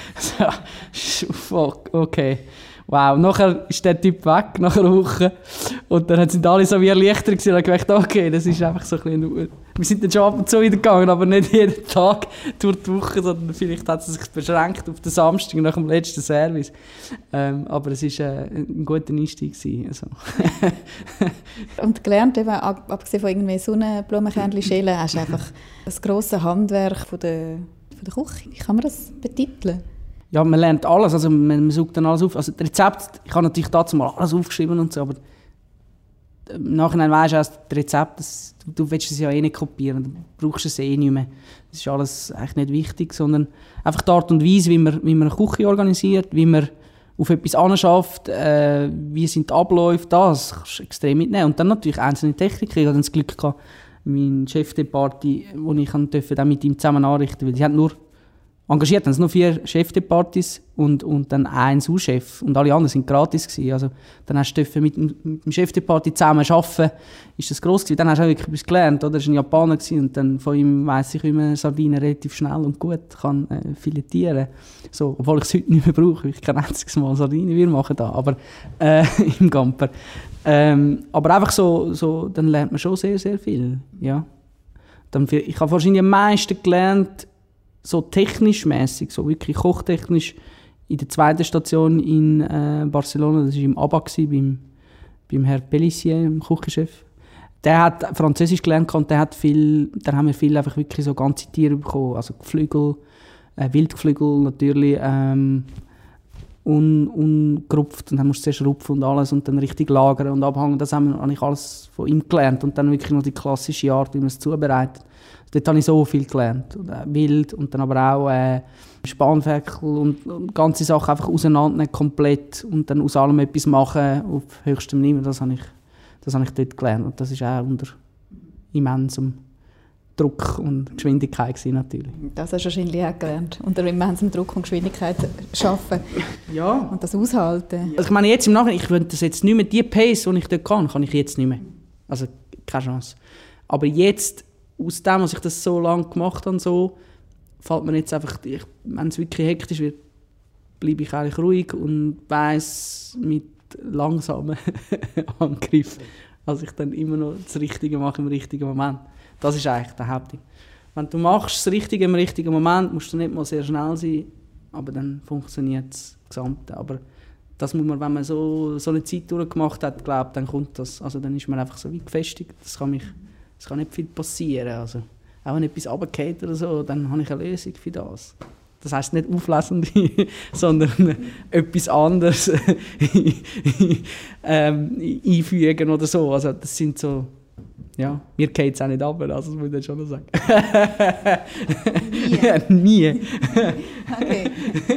fuck, okay. Wow, nachher ist der Typ weg, nach einer Woche. Und dann sind alle so wie erleichtert gewesen und haben gedacht, okay, das ist einfach so ein bisschen... Wir sind dann schon ab und zu wieder gegangen, aber nicht jeden Tag durch die Woche, sondern vielleicht hat es sich beschränkt auf den Samstag nach dem letzten Service. Aber es war ein guter Einstieg gewesen, also. Und gelernt, eben, abgesehen von irgendwie Sonnenblumenkernchen schälen, hast du einfach das grosse Handwerk von der Küche. Wie kann man das betiteln? Ja, man lernt alles, also man sucht dann alles auf. Also das Rezept, ich habe natürlich dazu mal alles aufgeschrieben und so, aber im Nachhinein weisst du auch, das Rezept, du willst es ja eh nicht kopieren, du brauchst es eh nicht mehr. Das ist alles eigentlich nicht wichtig, sondern einfach die Art und Weise, wie man eine Küche organisiert, wie man auf etwas anschafft, wie sind die Abläufe, das kannst du extrem mitnehmen. Und dann natürlich einzelne Techniken. Ich hatte das Glück gehabt, mein Chef de Party, wo ich durfte, mit ihm zusammen anrichten, weil die haben nur engagiert, haben es nur 4 Chefdepartys und dann ein Sous-Chef. Und alle anderen waren gratis gewesen. Also, dann hast du mit dem Chefdeparty zusammen arbeiten, ist das gross gewesen. Dann hast du auch wirklich etwas gelernt, oder? Er war ein Japaner gewesen, und dann von ihm weiss ich, wie man Sardinen relativ schnell und gut kann filetieren. So, obwohl ich es heute nicht mehr brauche, weil ich kein einziges Mal Sardinen machen da, aber im Camper. Aber einfach so, dann lernt man schon sehr, sehr viel. Ja. Ich habe wahrscheinlich am meisten gelernt, so technisch-mässig, so wirklich kochtechnisch, in der zweiten Station in Barcelona, das war im ABA, beim Herrn Pellissier, dem Küchenchef. Der hat Französisch gelernt und dann haben wir viel einfach wirklich so ganze Tiere bekommen, also Geflügel, Wildgeflügel natürlich, ungerupft, und dann musst du zuerst rupfen und alles und dann richtig lagern und abhängen. Das habe ich alles von ihm gelernt und dann wirklich noch die klassische Art, wie man es zubereitet. Dort habe ich so viel gelernt. Wild und dann aber auch Spanferkel und ganze Sachen einfach auseinandernehmen, komplett, und dann aus allem etwas machen auf höchstem Niveau. Das habe ich dort gelernt. Und das war auch unter immensem Druck und Geschwindigkeit gewesen, natürlich. Das hast du wahrscheinlich auch gelernt. Unter immensem Druck und Geschwindigkeit arbeiten. Ja. Und das aushalten. Also ich meine, jetzt im Nachhinein, ich würde das jetzt nicht mehr, die Pace, die ich dort kann ich jetzt nicht mehr. Also keine Chance. Aber jetzt, aus dem, was ich das so lange gemacht habe, so, fällt mir jetzt einfach, wenn es wirklich hektisch wird, bleibe ich eigentlich ruhig und weiss mit langsamen Angriff, dass ich dann immer noch das Richtige mache im richtigen Moment. Das ist eigentlich der Hauptding. Wenn du machst das Richtige im richtigen Moment, musst du nicht mal sehr schnell sein, aber dann funktioniert das Gesamte. Aber das muss man, wenn man so eine Zeit durchgemacht hat, glaubt, dann kommt das. Also dann ist man einfach so wie gefestigt. Es kann nicht viel passieren. Also, auch wenn etwas runterfällt oder so, dann habe ich eine Lösung für das. Das heisst nicht auflesende, sondern etwas anderes einfügen oder so. Also das sind so, ja, mir geht es auch nicht runter, also das muss ich schon noch sagen. Nie? Nie. Okay.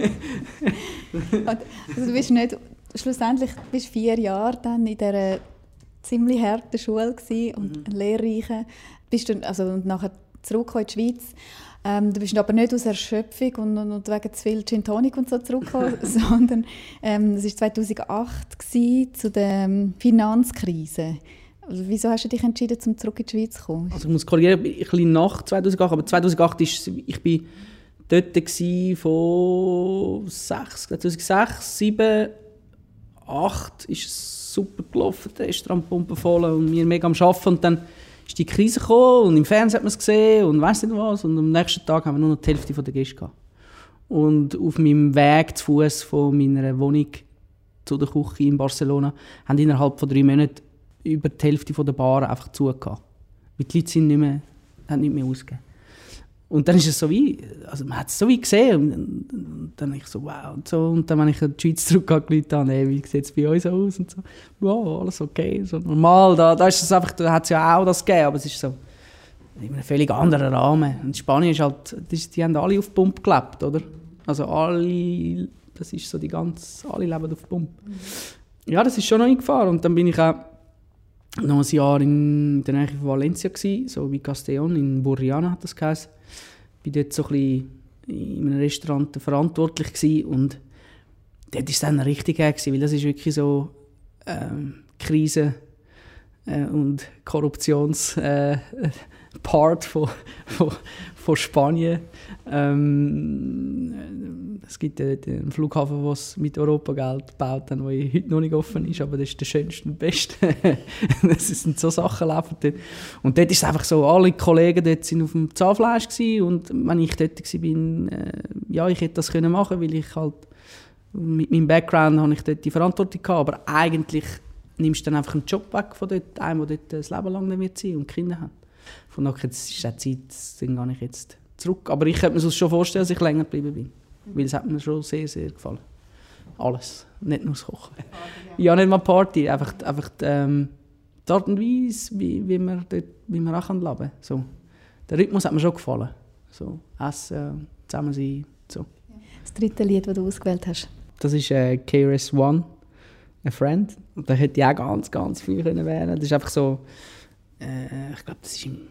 Also du bist nicht, schlussendlich bist 4 Jahre dann in dieser ziemlich harten Schule gewesen und lehrreiche. Bist du also nachher zurückgekommen in die Schweiz. Du bist aber nicht aus Erschöpfung und wegen zu viel Gin Tonic und so zurückgekommen, sondern es war 2008 gewesen, zu der Finanzkrise. Also, wieso hast du dich entschieden, um zurück in die Schweiz zu kommen? Also ich muss korrigieren, ein bisschen nach 2008, aber 2008 ich bin dort von 2006, 2007, 2008 ist es super gelaufen, der Restaurantpumpe voll und wir mega am Arbeiten. Und dann ist die Krise gekommen und im Fernsehen hat man es gesehen und weiss nicht was. Und am nächsten Tag haben wir nur noch die Hälfte der Gäste gehabt. Und auf meinem Weg zu Fuß von meiner Wohnung zu der Küche in Barcelona haben innerhalb von 3 Monaten über die Hälfte der Bar einfach zugehört. Weil die Leute haben nicht mehr ausgegeben. Und dann ist es so wie, also man hat es so wie gesehen und dann ich so wow und so. Und dann, wenn ich in die Schweiz zurückgehe, habe, hey, wie sieht es bei euch so aus und so. Wow, alles okay, so normal. Da ist es einfach, da hat es ja auch das gegeben, aber es ist so in einem völlig anderen Rahmen. Und Spanien ist halt, die haben alle auf Pump gelebt, oder? Also alle, das ist so alle leben auf Pump. Ja, das ist schon noch eingefahren. Und dann bin ich auch noch ein Jahr in der Nähe von Valencia gewesen, so wie Castellón, in Borriana hat das geheißen. Ich war dort so ein bisschen in einem Restaurant verantwortlich gewesen und dort war es dann richtig gewesen, weil das ist wirklich so Krise und Korruptions- Part von Spanien. Es gibt einen Flughafen, der mit Europageld gebaut hat, der heute noch nicht offen ist, aber das ist der schönste und beste. Das sind so Sachen laufen dort. Und dort ist es einfach so, alle Kollegen dort sind auf dem Zahnfleisch gewesen, und wenn ich dort war, ja, ich hätte das können machen, weil ich halt mit meinem Background habe ich dort die Verantwortung gehabt, aber eigentlich nimmst du dann einfach einen Job weg von dort, einem, der dort das Leben lang nicht wird sein und Kinder hat. Von daher ist es Zeit, dann gehe ich jetzt zurück. Aber ich könnte mir das schon vorstellen, dass ich länger geblieben bin. Weil es hat mir schon sehr, sehr gefallen. Alles, nicht nur das Kochen. Ja, nicht mal Party, einfach die Art und Weise, wie man auch leben kann. So. Der Rhythmus hat mir schon gefallen. So, essen, zusammen sein. So. Das dritte Lied, das du ausgewählt hast? Das ist KRS-One, «A Friend». Und da hätte ich auch ganz, ganz viel wählen können. Das ist einfach so... ich glaube, das war im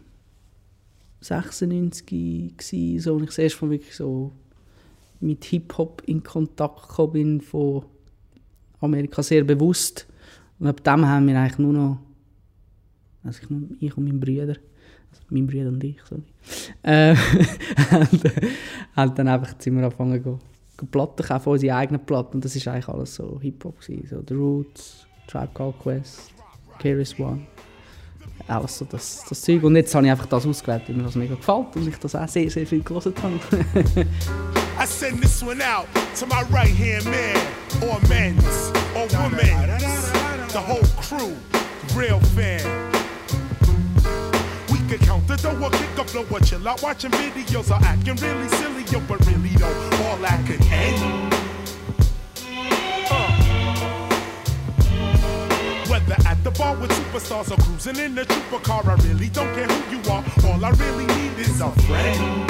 96 gewesen, so, als ich das erste Mal wirklich so mit Hip-Hop in Kontakt gekommen bin, von Amerika sehr bewusst. Und ab dem haben wir eigentlich nur noch, also ich und mein Bruder, also mein Bruder und ich, sorry, haben dann einfach sind wir angefangen zu Platten kaufen, unsere eigenen Platten. Und das war eigentlich alles so Hip-Hop gewesen, so The Roots, Tribe Called Quest, KRS-One. Alles so das Zeug. Und jetzt habe ich einfach das ausgewählt, weil mir das mega gefällt und ich das auch sehr, sehr viel gehört habe. I send this one out to my right-hand man, or men's, or women's, the whole crew, real fan. We could count the dough or kick a flow or chill out watching videos or acting really silly, yo, but really though, all that could end. Whether at the bar with superstars or cruising in a trooper car, I really don't care who you are. All I really need is a friend.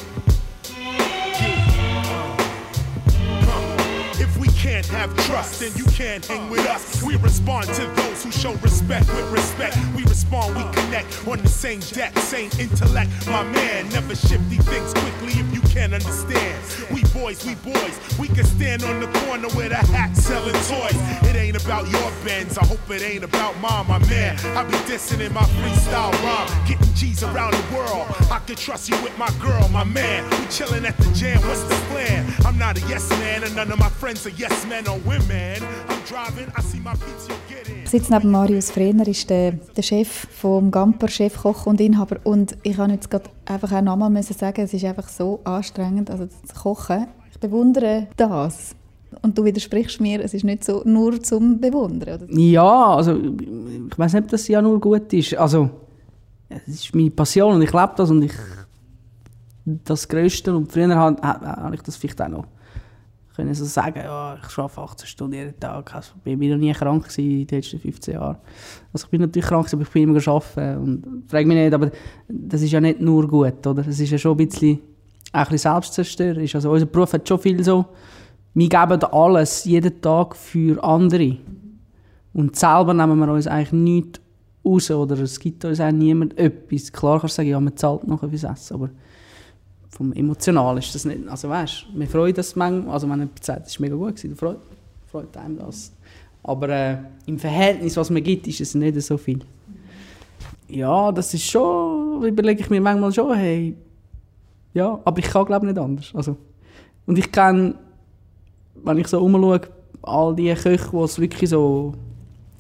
If we can't have trust, then you can't hang with us. We respond to those who show respect with respect. We respond, we connect on the same deck, same intellect. My man, never shifty things quickly if you can't understand. We boys, we can stand on the corner with a hat selling toys. It ain't about your Benz, I hope it ain't about mine, my man. I be dissing in my freestyle rhyme, getting G's around the world. I can trust you with my girl, my man. We chilling at the jam, what's the plan? I'm not a yes man, and none of my friends are yes men or women. I'm driving, I see my beats, you get in. Sitzt neben Marius Frehner ist der Chef vom Gamper, Chefkoch und Inhaber. Und ich kann jetzt gerade einfach auch nochmal sagen, es ist einfach so anstrengend, also das Kochen. Ich bewundere das. Und du widersprichst mir, es ist nicht so nur zum Bewundern, oder? Ja, also ich weiss nicht, ob das ja nur gut ist. Also, es ist meine Passion und ich lebe das und ich das Größte. Und früher habe ich das vielleicht auch noch können so sagen, ja, ich arbeite 18 Stunden jeden Tag. Also, ich bin noch nie krank gewesen in den letzten 15 Jahren. Also ich bin natürlich krank, aber ich bin immer arbeiten und frage mich nicht, aber das ist ja nicht nur gut, oder? Es ist ja schon ein bisschen selbstzerstörerisch. Also unser Beruf hat schon viel so, wir geben alles, jeden Tag für andere. Und selber nehmen wir uns eigentlich nichts raus, oder es gibt uns auch niemand etwas. Klar kannst du sagen, ja, man zahlt nachher fürs Essen, aber vom Emotional ist das nicht. Also weißt du, wir freuen uns manchmal, also wenn jemand sagt, das war mega gut, dann freut einem das. Aber im Verhältnis, was man gibt, ist es nicht so viel. Ja, das ist schon, überlege ich mir manchmal schon, hey, ja, aber ich kann glaube nicht anders. Also, und ich kenne, wenn ich so rumschaue, all die Köche, die es wirklich so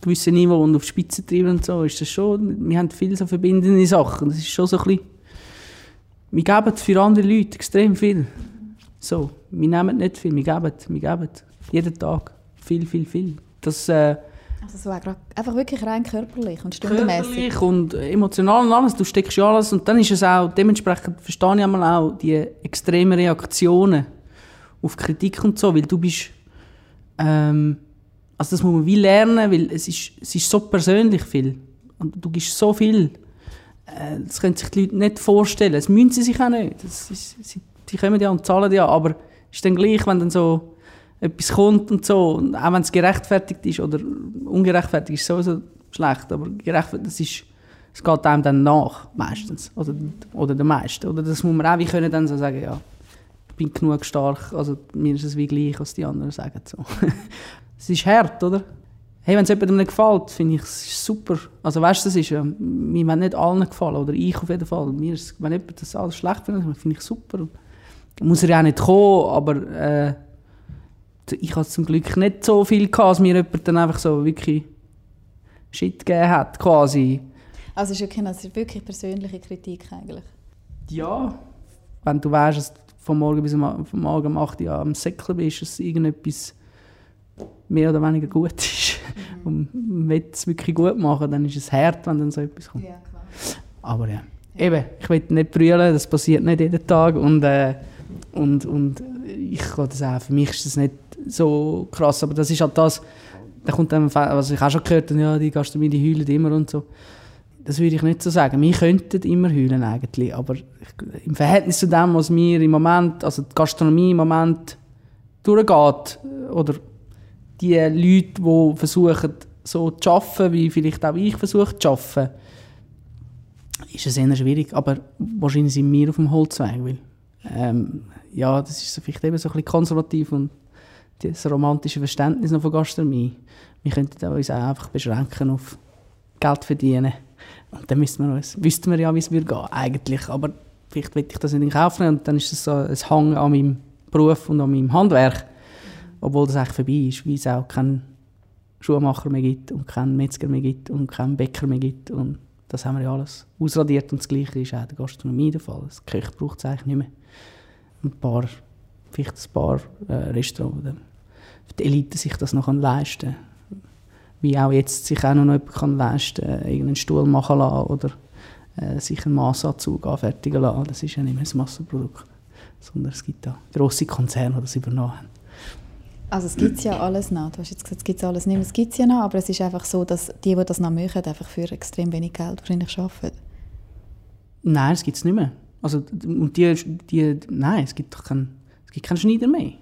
gewissen Niveau und auf Spitze treiben und so, ist das schon, wir haben viele so verbindende Sachen. Das ist schon so ein bisschen, wir geben für andere Leute extrem viel. So, wir nehmen nicht viel, wir geben jeden Tag viel. Das, also so einfach wirklich rein körperlich und stundenmäßig. Körperlich und emotional und alles, du steckst ja alles und dann ist es auch, dementsprechend verstehe ich einmal auch die extremen Reaktionen auf Kritik und so, weil du bist, also das muss man wie lernen, weil es ist so persönlich viel und du gibst so viel, das können sich die Leute nicht vorstellen, das müssen sie sich auch nicht, sie kommen ja und zahlen ja, aber es ist dann gleich, wenn dann so etwas kommt und so, und auch wenn es gerechtfertigt ist oder ungerechtfertigt ist, sowieso schlecht, aber gerechtfertigt, es geht einem dann nach, meistens, oder der meisten, oder das muss man auch wie können dann so sagen, ja, ich bin genug stark, also mir ist es wie gleich, was die anderen sagen, so. Es ist hart, oder? Hey, wenn es jemandem nicht gefällt, finde ich es super, also weißt du, das ist ja, mir wollen nicht allen gefallen, oder ich auf jeden Fall, mir ist, wenn jemand das alles schlecht findet, finde ich super, muss er ja auch nicht kommen, aber ich hatte zum Glück nicht so viel gehabt, als mir jemand dann einfach so wirklich Shit gegeben hat, quasi. Also es ist wirklich persönliche Kritik eigentlich? Ja. Wenn du weißt, dass du vom Morgen bis vom Morgen um 8 Uhr am Säckler bist, dass irgendetwas mehr oder weniger gut ist und man will es wirklich gut machen, dann ist es hart, wenn dann so etwas kommt. Ja, klar. Aber ja, eben, ich will nicht brüllen, das passiert nicht jeden Tag und ich kann das auch, für mich ist das nicht so krass, aber das ist halt das, da kommt dann, was ich auch schon gehört habe, ja, die Gastronomie, die heulen immer und so. Das würde ich nicht so sagen. Wir könnten immer heulen eigentlich, aber im Verhältnis zu dem, was mir im Moment, also die Gastronomie im Moment durchgeht, oder die Leute, die versuchen, so zu arbeiten, wie vielleicht auch ich versuche zu arbeiten, ist es eher schwierig, aber wahrscheinlich sind wir auf dem Holzweg, weil ja, das ist so vielleicht eben so ein bisschen konservativ und das romantische Verständnis noch von Gastronomie. Wir könnten uns auch einfach beschränken auf Geld verdienen. Und dann wüssten wir ja, wie es würde gehen, eigentlich. Aber vielleicht will ich das nicht in Kauf nehmen und dann ist das so ein Hang an meinem Beruf und an meinem Handwerk. Obwohl das eigentlich vorbei ist, weil es auch keinen Schuhmacher mehr gibt und keinen Metzger mehr gibt und keinen Bäcker mehr gibt. Und das haben wir ja alles ausradiert und das Gleiche ist auch in der Gastronomie der Fall. Das Köch braucht es eigentlich nicht mehr. Vielleicht ein paar Restaurants, für die Elite sich das noch leisten kann. Wie auch jetzt sich auch noch jemand leisten kann, irgendeinen Stuhl machen lassen oder sich einen Massanzug anfertigen lassen. Das ist ja nicht mehr ein Massenprodukt, sondern es gibt da grosse Konzerne, die das übernommen haben. Also es gibt es ja alles noch. Du hast jetzt gesagt, es gibt alles nicht mehr. Es gibt es ja noch, aber es ist einfach so, dass die das noch machen, einfach für extrem wenig Geld wahrscheinlich arbeiten. Nein, es gibt es nicht mehr. Also, und nein, es gibt keinen Schneider mehr.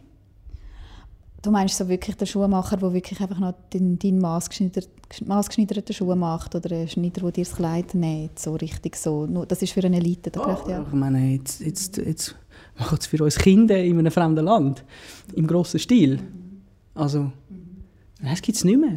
Du meinst so wirklich den Schuhmacher, der wirklich einfach noch deinen maßgeschneiderten Schuh macht oder einen Schneider, der dir das Kleid näht, so richtig so. Das ist für eine Elite. Ja. Ich meine, jetzt machen es für uns Kinder in einem fremden Land, im grossen Stil. Also, nein, das gibt es nicht mehr.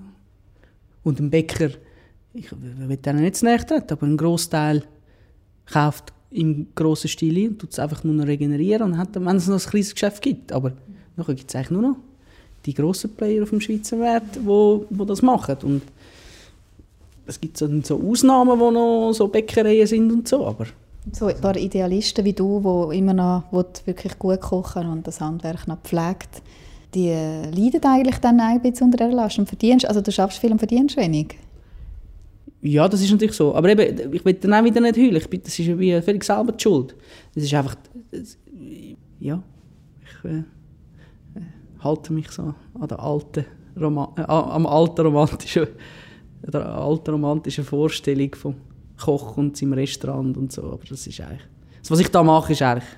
Und ein Bäcker, ich will denen nicht zu nahe treten, aber ein Grossteil kauft im grossen Stil ein und tut es einfach nur noch regenerieren und hat dann, wenn es noch ein kleines Geschäft gibt. Aber nachher gibt es eigentlich nur noch die grossen Player auf dem Schweizer Markt, die das machen. Und es gibt so Ausnahmen, wo noch so Bäckereien sind und so, aber so ein paar Idealisten wie du, die immer noch wirklich gut kochen und das Handwerk noch pflegt, die leiden eigentlich dann ein bisschen unter der Last und verdienst, also du schaffst viel und verdienst wenig. Ja, das ist natürlich so. Aber eben, ich will dann auch wieder nicht heulen. Das ist ja wie völlig selber die Schuld. Das ist einfach, ja, ich halte mich so an der alten romantischen Vorstellung vom Koch und seinem Restaurant und so. Aber das ist eigentlich, das, was ich da mache, ist eigentlich,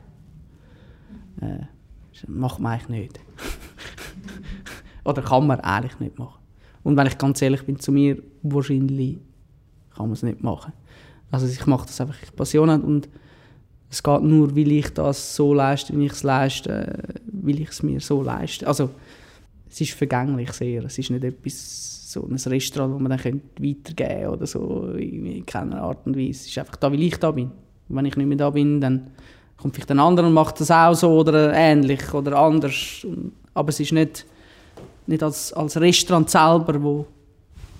macht man eigentlich nicht. Oder kann man eigentlich nicht machen. Und wenn ich ganz ehrlich bin zu mir, wahrscheinlich kann man es nicht machen. Also ich mache das einfach, ich Passion habe und es geht nur, weil ich das so leiste, wie ich es leiste, weil ich es mir so leiste. Also es ist vergänglich sehr, es ist nicht etwas, so ein Restaurant, das man dann weitergeben könnte oder so, in keiner Art und Weise. Es ist einfach da, weil ich da bin. Und wenn ich nicht mehr da bin, dann kommt vielleicht ein anderer und macht das auch so oder ähnlich oder anders. Aber es ist nicht als Restaurant selber,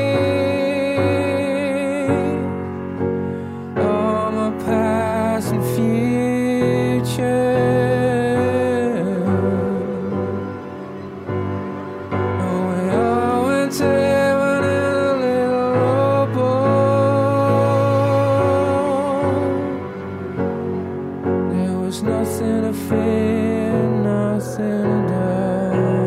nothing to fear, nothing to die.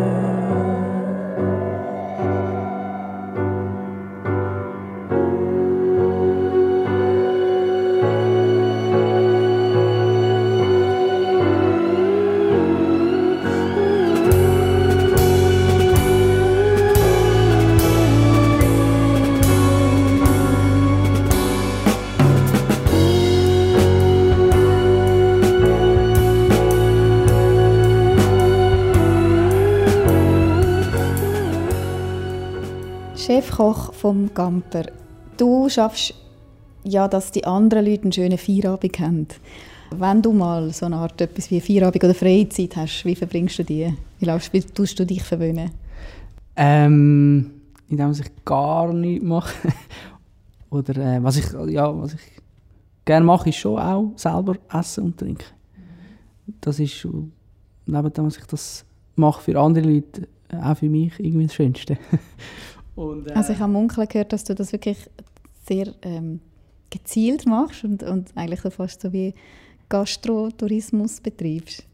Chefkoch vom Gamper. Du schaffst ja, dass die anderen Leute einen schönen Feierabend haben. Wenn du mal so eine Art etwas wie Feierabend oder Freizeit hast, wie verbringst du die? Wie tust du dich verwöhnen? Indem ich gar nichts mache. Oder was ich gerne mache, ist schon auch selber essen und trinken. Das ist neben dem, was ich das mache für andere Leute, auch für mich irgendwie das Schönste. Und, also ich habe munkeln gehört, dass du das wirklich sehr gezielt machst und eigentlich so fast so wie Gastrotourismus betreibst.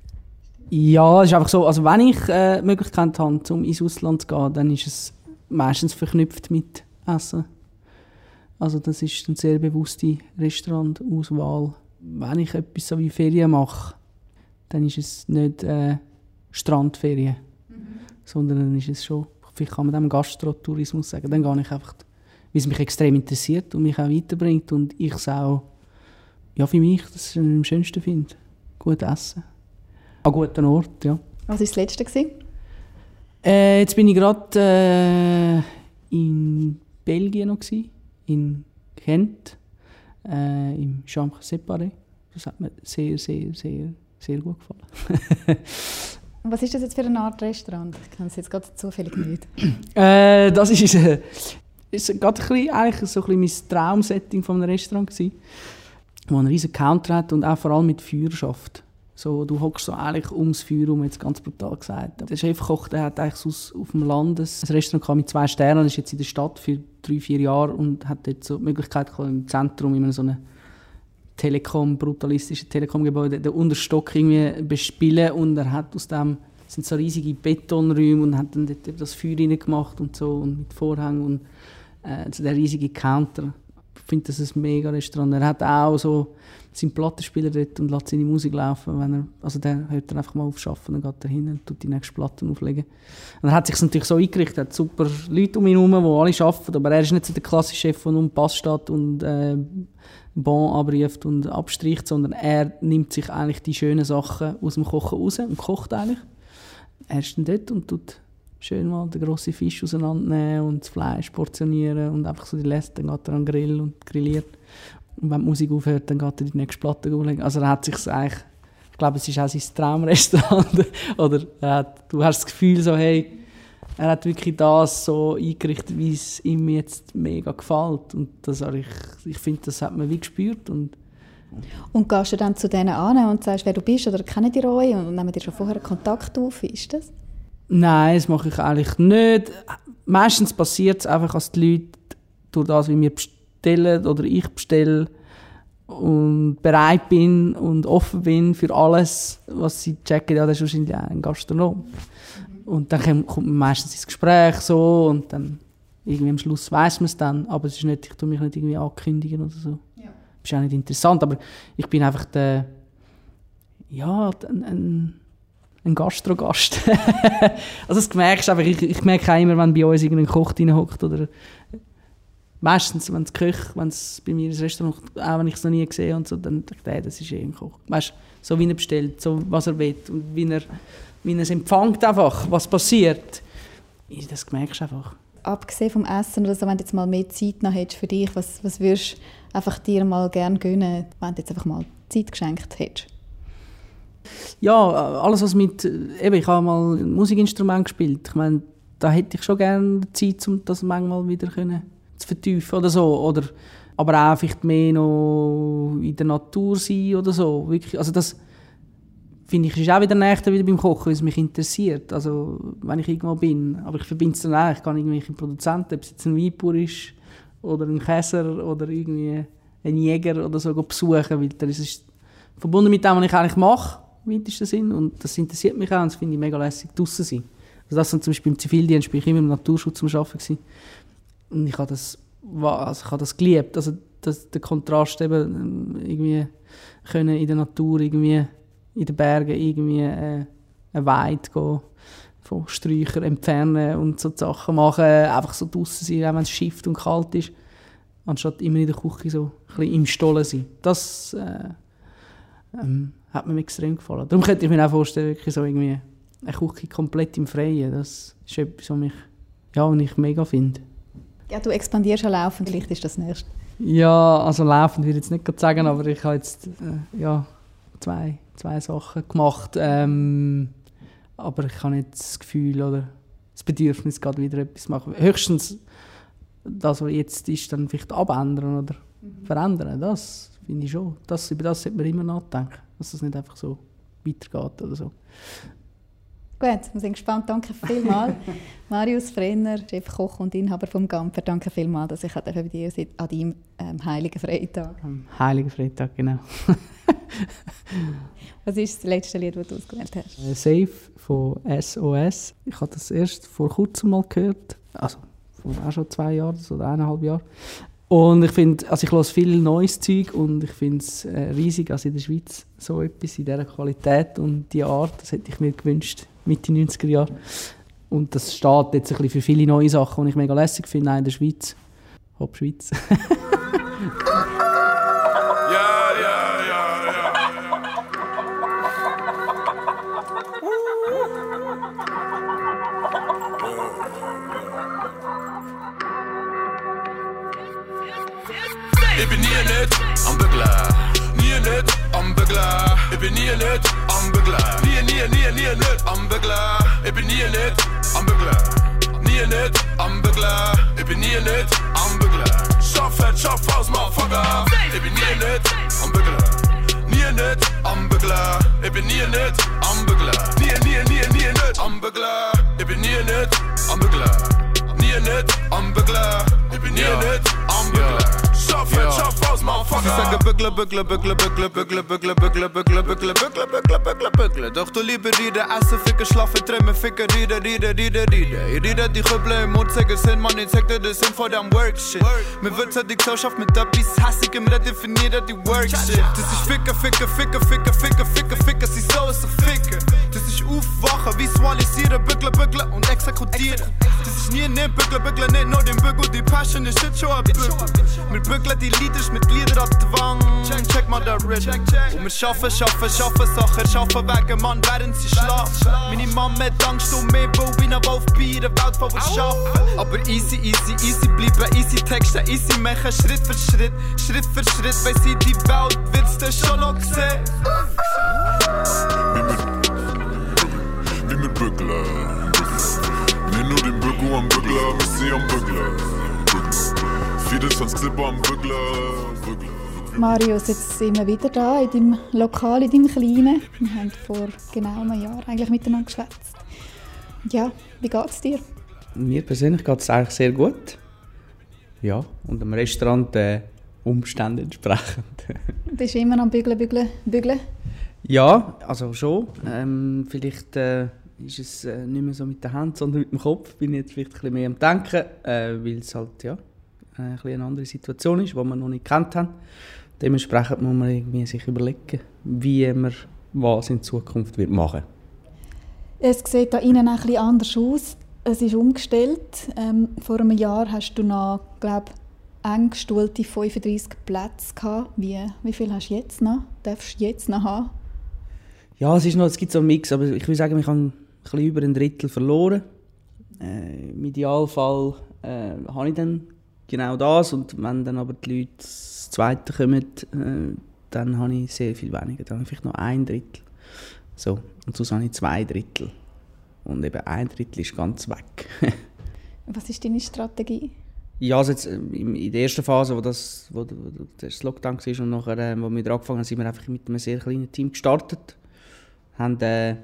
Ja, es ist einfach so, also wenn ich die Möglichkeit habe, um ins Ausland zu gehen, dann ist es meistens verknüpft mit Essen. Also das ist eine sehr bewusste Restaurantauswahl. Wenn ich etwas so wie Ferien mache, dann ist es nicht Strandferien, sondern dann ist es schon, vielleicht kann man dem Gastrotourismus sagen, dann gehe ich einfach, weil es mich extrem interessiert und mich auch weiterbringt und ich es auch, ja, für mich das am schönsten finde. Gut essen. An guten Ort, ja. Was war das Letzte gewesen? Jetzt bin ich gerade in Belgien noch gewesen, in Gent, im Chambre Séparé. Das hat mir sehr, sehr, sehr, sehr gut gefallen. Und was ist das jetzt für eine Art Restaurant? Ich kenne es jetzt gerade zufällig nicht. Das ist gerade eigentlich so ein bisschen mein Traumsetting von einem Restaurant gewesen, wo einen riesen Counter hat und auch vor allem mit Feuerschaft. So, du hockst so eigentlich ums Feuer herum, jetzt ganz brutal gesagt. Der Chefkoch, der hat eigentlich auf dem Land ein Restaurant mit 2 Sternen, ist jetzt in der Stadt für 3-4 Jahre und hat dort so die Möglichkeit im Zentrum in so einem brutalistischen Telekom-Gebäude den Unterstock irgendwie bespielen und er hat aus dem, das sind so riesige Betonräume und hat dann dort das Feuer reingemacht und so und mit Vorhängen und so der riesige Counter. Ich finde das ein mega Restaurant. Er hat auch so seinen Plattenspieler dort und lässt seine Musik laufen, der hört dann einfach mal auf Arbeiten, dann geht er hin und tut die nächste Platte auflegen. Und er hat sich natürlich so eingerichtet, er hat super Leute um ihn herum, die alle arbeiten, aber er ist nicht so der klassische Chef, der nur im Pass steht und Bon abruft und abstreicht, sondern er nimmt sich eigentlich die schönen Sachen aus dem Kochen raus und kocht eigentlich. Er ist dann dort und tut schön mal den grossen Fisch auseinandernehmen und das Fleisch portionieren und einfach so die Läste, dann geht er an den Grill und grilliert. Und wenn die Musik aufhört, dann geht er die nächste Platte auflegen. Also er hat sich eigentlich, ich glaube, es ist auch sein Traumrestaurant. Oder du hast das Gefühl so, hey, er hat wirklich das so eingerichtet, wie es ihm jetzt mega gefällt. Und ich finde, das hat man wie gespürt. Und gehst du dann zu denen an und sagst, wer du bist, oder kennen die euch und nehmen dir schon vorher Kontakt auf? Wie ist das? Nein, das mache ich eigentlich nicht. Meistens passiert es einfach, dass die Leute durch das, wie wir bestellen oder ich bestelle und bereit bin und offen bin für alles, was sie checken, ja, das ist wahrscheinlich auch ein Gastronom. Und dann kommt man meistens ins Gespräch so und dann irgendwie am Schluss weiss man es dann, aber es ist nicht, ich tue mich nicht irgendwie ankündigen oder so. Ja. Das ist auch nicht interessant, aber ich bin einfach ein Gastrogast. Also das merkst du einfach, ich merke auch immer, wenn bei uns irgendein Koch reinhockt oder meistens, wenn es bei mir ins Restaurant, auch wenn ich es noch nie gesehen und so, dann denke ich, das ist ein Koch. Weißt du, so wie er bestellt, so was er will und wie er es empfängt einfach, was passiert. Das merkst du einfach. Abgesehen vom Essen oder so, wenn du jetzt mal mehr Zeit noch hättest für dich, was würdest du einfach dir mal gerne gönnen, wenn du jetzt einfach mal Zeit geschenkt hättest? Ja, alles was ich habe mal ein Musikinstrument gespielt. Ich meine, da hätte ich schon gerne Zeit, um das manchmal wieder zu vertiefen oder so. Aber auch vielleicht mehr noch in der Natur sein oder so. Wirklich, also das finde ich ist auch wieder näher wieder beim Kochen, weil es mich interessiert. Also wenn ich irgendwo bin. Aber ich verbinde es dann auch. Ich kann irgendwelche Produzenten, ob es jetzt ein Weinbauer ist oder ein Käser oder irgendwie ein Jäger oder so besuchen, weil da ist es verbunden mit dem, was ich eigentlich mache, im weitesten Sinn. Und das interessiert mich auch und das finde ich mega lässig, draussen sein. Also das sind zum Beispiel im Zivildienst, bin ich immer im Naturschutz am Arbeiten gewesen. Und ich habe das geliebt, also der Kontrast eben irgendwie können in der Natur, irgendwie in den Bergen, irgendwie eine Weide gehen, von Sträuchern entfernen und so Sachen machen, einfach so draussen sein, auch wenn es schifft und kalt ist, anstatt immer in der Küche so ein bisschen im Stollen sein. Das hat mir extrem gefallen. Darum könnte ich mir auch vorstellen, wirklich so irgendwie eine Küche komplett im Freien. Das ist etwas, was ich mega finde. Ja, du expandierst ja laufend, vielleicht ist das nächste. Ja, also laufend würde ich jetzt nicht sagen, aber ich habe jetzt zwei Sachen gemacht. Aber ich habe nicht das Gefühl oder das Bedürfnis, gerade wieder etwas zu machen. Höchstens das, was jetzt ist, dann vielleicht abändern oder verändern. Das finde ich schon. Über das sollte man immer nachdenken, dass das nicht einfach so weitergeht oder so. Gut, wir sind gespannt. Danke vielmals. Marius Frenner, Chefkoch und Inhaber vom Gamper. Danke vielmals, dass ich bei dir sein an deinem Heiligen Freitag. Am Heiligen Freitag, genau. Was ist das letzte Lied, das du ausgewählt hast? Safe von SOS. Ich habe das erst vor kurzem mal gehört. Also vor auch schon 2 Jahren oder 1,5 Jahren. Und ich finde, also ich höre viel neues Zeug und ich finde es riesig, also in der Schweiz so etwas in dieser Qualität und dieser Art, das hätte ich mir gewünscht, Mitte 90er Jahre. Und das steht jetzt ein bisschen für viele neue Sachen, die ich mega lässig finde, auch in der Schweiz. Hopp Schweiz. Ik ben hier net aan buggelen. Hier net aan buggelen. Ik ben hier net aan buggelen. Hier net aan buggelen. Ik ben hier net aan buggelen. Hier net aan buggelen. Ik ben hier net aan buggelen. Shop vet, shop vast, motherfucker. Ik ben hier net aan buggelen. Hier net aan buggelen. Ik ben hier net aan buggelen. Hier net aan buggelen. Ik ben hier net aan buggelen. Hier net aan buggelen. Ik ben hier net aan buggelen. Shop vet, shop vast, motherfucker. Sie sagen buggelen, buggelen, buggelen, buggelen, buggelen, buggelen, buggelen, buggelen, buggelen, buggelen, buggelen, buggelen, buggelen. Doch du lieber rieden, essen, ficken, schlafen, träumen, ficken, rieden. Ich riede die Kübel im Mund, sagen Sinn, Mann, ich zeig dir den Sinn von dem Work-Shit. Mir wird die Gesellschaft mit etwas Hässigem redefinieren, die Work-Shit. Das ist ficken, ficken, ficken, ficken, ficken, ficken, ficken, sie sollen sich ficken. Das ist aufwachen, visualisieren, bügeln, bügeln und exekutieren. Das ist nie bügeln, bügeln, nicht nur den Bügel, die Passion ist shit schon ein Bügel. Wir bügeln die Leaders mit Glieder an die Wand. Check mal den Rhythm. Und wir schaffen Sachen, schaffen wegen Mann, während sie schlafen. Meine Mama hat Angst um mich, weil ich ein Wolf bin, in der Welt, wo wir schaffen. Aber easy bleiben, easy texten, easy machen, Schritt für Schritt, weil sie die Welt wird's dann schon noch sehen. Wie wir bügeln. Nicht nur den Bügel am Bügler, wir sind am Bügler. Vieles als Clipper am Bügler. Marius, jetzt sind wir wieder da in deinem Lokal, in deinem Kleinen. Wir haben vor genau einem Jahr eigentlich miteinander geschwätzt. Ja, wie geht es dir? Mir persönlich geht es eigentlich sehr gut. Ja, und am Restaurant Umständen entsprechend. Bist du immer am Bügeln? Ja, also schon. Vielleicht ist es nicht mehr so mit der Hand, sondern mit dem Kopf. Bin ich jetzt vielleicht ein bisschen mehr am Denken, weil es halt ein bisschen eine andere Situation ist, die wir noch nicht gekannt haben. Dementsprechend muss man irgendwie sich überlegen, wie man was in Zukunft wird machen. Es sieht da innen ein bisschen anders aus. Es ist umgestellt. Vor einem Jahr hast du noch, glaube ich, eng gestuhlte 35 Plätze gehabt. Wie viel hast du jetzt noch? Darfst du jetzt noch haben? Ja, es gibt so einen Mix, aber ich würde sagen, ich habe ein bisschen über ein Drittel verloren. Im Idealfall habe ich dann genau das, und wenn dann aber die Leute das Zweite kommen, dann habe ich sehr viel weniger. Dann habe ich vielleicht noch 1/3. So, und sonst habe ich 2/3. Und eben 1/3 ist ganz weg. Was ist deine Strategie? Ja, also jetzt, in der ersten Phase, wo das Lockdown war und nachher, wo wir wieder angefangen haben, sind wir einfach mit einem sehr kleinen Team gestartet. Dann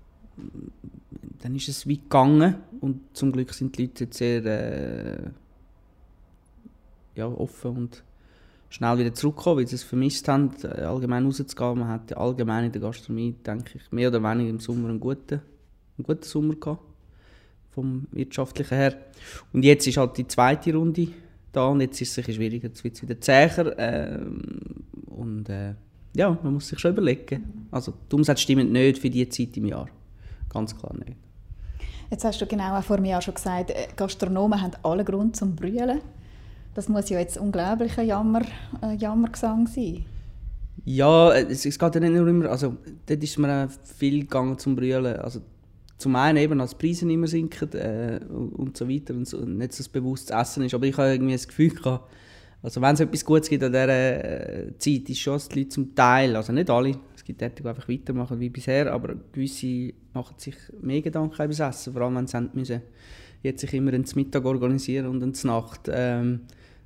ist es weit gegangen und zum Glück sind die Leute jetzt sehr offen und schnell wieder zurückgekommen, weil sie es vermisst haben, allgemein rauszugehen. Man hat allgemein in der Gastronomie, denke ich, mehr oder weniger im Sommer einen guten Sommer gehabt, vom Wirtschaftlichen her. Und jetzt ist halt die zweite Runde da und jetzt ist es sicher schwieriger, jetzt wird es wieder zäher. Ja, man muss sich schon überlegen. Also die Umsätze stimmen nicht für diese Zeit im Jahr. Ganz klar nicht. Jetzt hast du genau auch vor einem Jahr schon gesagt, Gastronomen haben alle Grund zum Brüllen. Das muss ja jetzt ein unglaublicher Jammergesang sein. Ja, es geht ja nicht nur immer, also dort ist mir auch viel gegangen zum Brüllen. Also zum einen eben, als die Preise immer sinken und so weiter und nicht so bewusstes Essen ist. Aber ich habe irgendwie das Gefühl gehabt, also wenn es etwas Gutes gibt an dieser Zeit, ist schon, dass die Leute zum Teil, also nicht alle, es gibt Leute, die einfach weitermachen wie bisher, aber gewisse machen sich mehr Gedanken über das Essen, vor allem wenn sie müssen jetzt sich immer ins Mittag organisieren und ins Nacht. Dann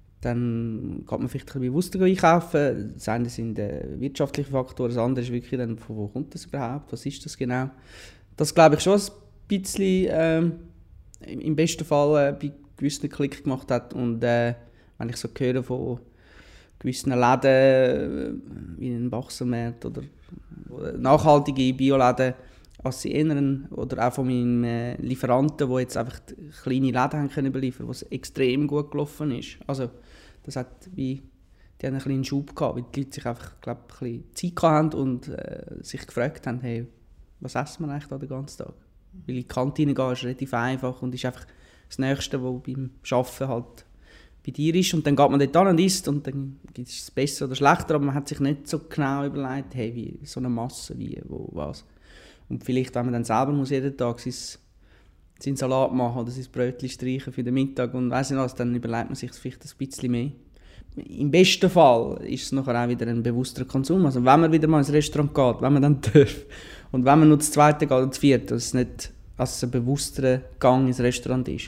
geht man vielleicht ein bisschen bewusster einkaufen. Das eine sind wirtschaftliche Faktoren, das andere ist wirklich dann, von wo kommt das überhaupt, was ist das genau. Das glaube ich schon ein bisschen im besten Fall bei gewissen Klick gemacht hat. Und wenn ich so höre von gewissen Läden, wie in Bachsermarkt oder nachhaltige Bioläden, als sie erinnern, oder auch von meinen Lieferanten, die jetzt einfach kleine Läden haben können beliefern, was extrem gut gelaufen ist. Also das hat die haben einen kleinen Schub gehabt, weil die Leute sich einfach, glaube ich, ein bisschen Zeit hatten und sich gefragt haben, hey, was essen wir eigentlich da den ganzen Tag? Weil in die Kantine gehen ist relativ einfach und ist einfach das Nächste, was beim Arbeiten halt bei dir ist. Und dann geht man dort hin und isst und dann ist es besser oder schlechter, aber man hat sich nicht so genau überlegt, hey, wie so eine Masse, wie, wo, was. Und vielleicht, wenn man dann selber muss jeden Tag seinen Salat machen oder sein Brötchen streichen für den Mittag und weiss nicht was, dann überlegt man sich vielleicht ein bisschen mehr. Im besten Fall ist es nachher auch wieder ein bewusster Konsum. Also wenn man wieder mal ins Restaurant geht, wenn man dann darf, und wenn man nur das zweite geht oder das vierte, dass es nicht als ein bewussterer Gang ins Restaurant ist.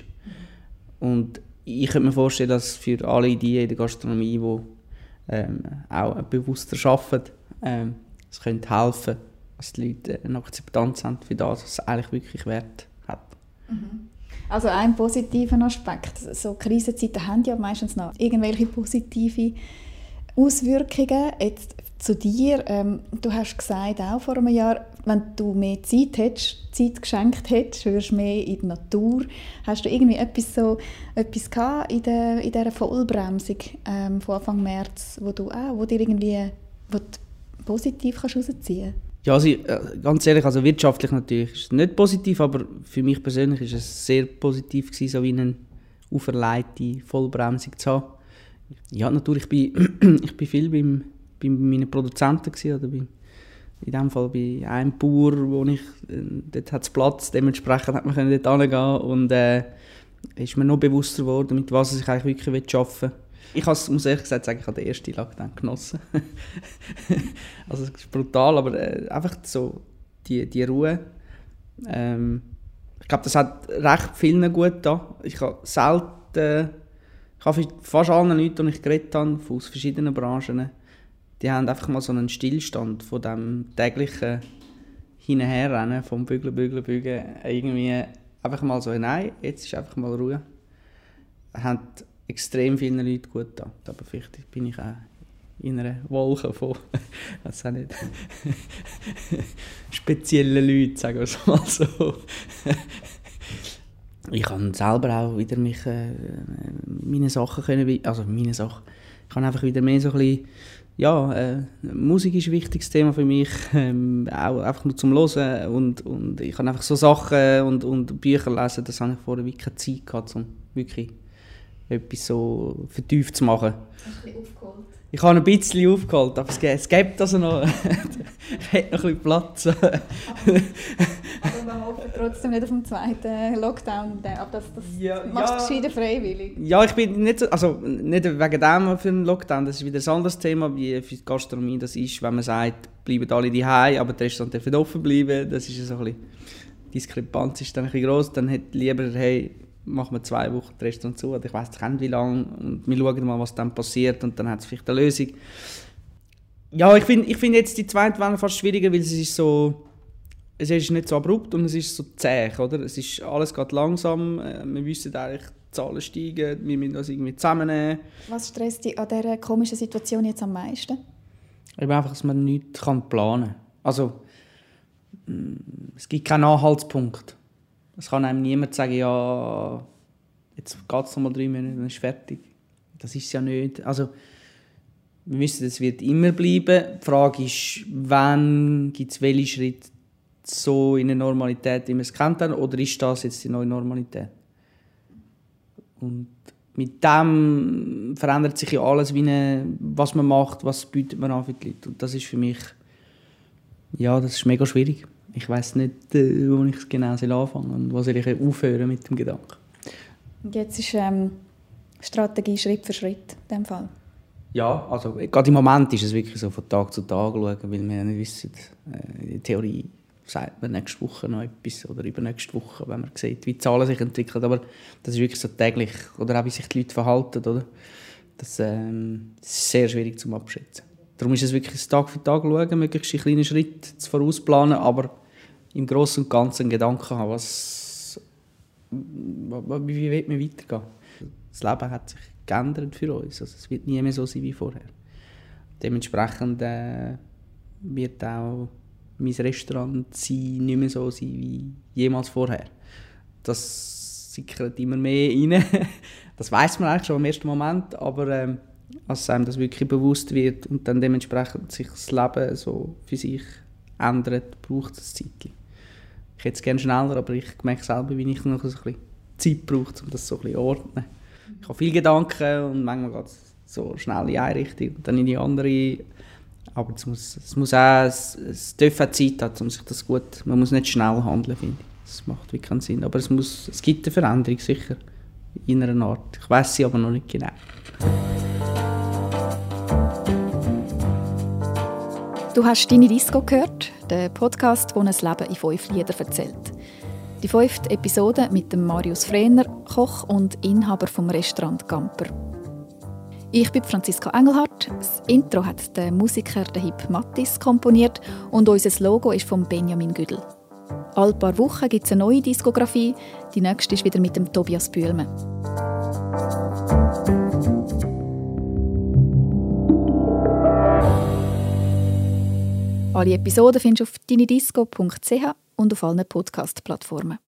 Und ich könnte mir vorstellen, dass für alle die in der Gastronomie, die auch bewusster arbeiten, es könnte helfen, dass die Leute eine Akzeptanz haben für das, was es eigentlich wirklich Wert hat. Also ein positiver Aspekt. So Krisenzeiten haben ja meistens noch irgendwelche positive Auswirkungen. Jetzt zu dir. Du hast gesagt, auch vor einem Jahr, wenn du mehr Zeit geschenkt hättest, würdest du mehr in die Natur. Hast du irgendwie etwas gehabt in dieser Vollbremsung von Anfang März, wo du positiv rausziehen kannst? Ja, also, ganz ehrlich, also wirtschaftlich natürlich ist es nicht positiv, aber für mich persönlich war es sehr positiv gewesen, so wie eine auferlegte Vollbremsung zu haben. Ja, natürlich, ich bin viel bei meinen Produzenten gewesen, oder in diesem Fall bei einem Bauer, dort hat es Platz, dementsprechend hat man dort hingehen und ist mir noch bewusster geworden, mit was ich eigentlich wirklich arbeiten will. Ich muss ehrlich gesagt sagen, ich habe den ersten Lockdown genossen. Also es ist brutal, aber einfach so die Ruhe. Ich glaube, das hat recht vielen gut getan. Ich habe fast allen Leuten, die ich geredet habe, aus verschiedenen Branchen, die haben einfach mal so einen Stillstand von dem täglichen Hinherrennen, vom Bügeln, irgendwie einfach mal so, nein, jetzt ist einfach mal Ruhe. Hat extrem vielen Leuten gut getan. Aber vielleicht bin ich auch in einer Wolke von auch nicht, speziellen Leuten, sagen wir es mal so. Ich kann selber auch wieder meine Sachen können, also meine Sachen. Ich kann einfach wieder mehr so ein bisschen, ja, Musik ist ein wichtiges Thema für mich, auch einfach nur zum Hören und ich kann einfach so Sachen und Bücher lesen, das habe ich vorher wirklich keine Zeit gehabt, um wirklich etwas so vertieft zu machen. Hast du ein bisschen aufgeholt? Ich habe ein bisschen aufgeholt, aber es gibt also noch, es hat noch ein bisschen Platz. Aber wir hoffen trotzdem nicht auf den zweiten Lockdown, aber das machst du gescheiter freiwillig. Ja, ich bin nicht so, also nicht wegen dem für den Lockdown, das ist wieder ein anderes Thema, wie für die Gastronomie das ist, wenn man sagt, bleiben alle daheim, aber die Restaurants dürfen offen bleiben, das ist so ein bisschen, die Diskrepanz ist dann ein bisschen gross, dann hätte lieber, hey, machen wir 2 Wochen das Restaurant zu, oder ich weiss nicht wie lange, und wir schauen mal, was dann passiert, und dann hat es vielleicht eine Lösung. Ja, ich find jetzt die zweite Welle fast schwieriger, weil es ist nicht so abrupt und es ist so zäh, oder? Alles geht langsam, wir wissen eigentlich Zahlen steigen, wir müssen das irgendwie zusammennehmen. Was stresst dich an dieser komischen Situation jetzt am meisten? Eben einfach, dass man nichts planen kann. Also, es gibt keinen Anhaltspunkt. Es kann einem niemand sagen, ja, jetzt geht es noch mal 3 Monate, dann ist es fertig. Das ist es ja nicht. Also, wir wissen, es wird immer bleiben. Die Frage ist, wann gibt es welche Schritte so in eine Normalität, wie wir es kennt haben, oder ist das jetzt die neue Normalität? Und mit dem verändert sich ja alles, was man macht, was bietet man an für die Leute. Und das ist für mich, ja, das ist mega schwierig. Ich weiss nicht, wo ich es genau anfangen soll und wo soll ich aufhören mit dem Gedanken. Und jetzt ist Strategie Schritt für Schritt in dem Fall? Ja, also gerade im Moment ist es wirklich so von Tag zu Tag schauen, weil wir ja nicht wissen, in der Theorie sagt man nächste Woche noch etwas oder übernächste Woche, wenn man sieht, wie die Zahlen sich entwickeln. Aber das ist wirklich so täglich, oder auch wie sich die Leute verhalten. Oder? Das ist sehr schwierig zu abschätzen. Darum ist es wirklich Tag für Tag schauen, möglichst in kleinen Schritten vorausplanen, aber im Großen und Ganzen einen Gedanken haben, wie wird man weitergehen. Das Leben hat sich geändert für uns. Also es wird nie mehr so sein wie vorher. Dementsprechend wird auch mein Restaurant nicht mehr so sein wie jemals vorher. Das sickert immer mehr rein. Das weiss man eigentlich schon im ersten Moment, aber als einem das wirklich bewusst wird und dann dementsprechend sich das Leben so für sich ändert, braucht es Zeit. Ich hätte es gerne schneller, aber ich merke selber, wie ich noch so ein bisschen Zeit brauche, um das so ein bisschen zu ordnen. Ich habe viele Gedanken und manchmal geht es so schnell in eine Richtung und dann in die andere. Aber es darf auch Zeit haben, um sich das gut. Man muss nicht schnell handeln, finde ich. Das macht wirklich keinen Sinn. Aber es gibt eine Veränderung, sicher. In einer Art. Ich weiss sie aber noch nicht genau. Du hast «Deine Disco» gehört, der Podcast, der ein Leben in 5 Liedern erzählt. Die 5. Episode mit dem Marius Frehner, Koch und Inhaber vom Restaurant Gamper. Ich bin Franziska Engelhardt. Das Intro hat der Musiker Hip Mattis komponiert und unser Logo ist von Benjamin Güdel. Alle paar Wochen gibt es eine neue Diskografie. Die nächste ist wieder mit dem Tobias Bühlmann. Alle Episoden findest du auf deinedisco.ch und auf allen Podcast-Plattformen.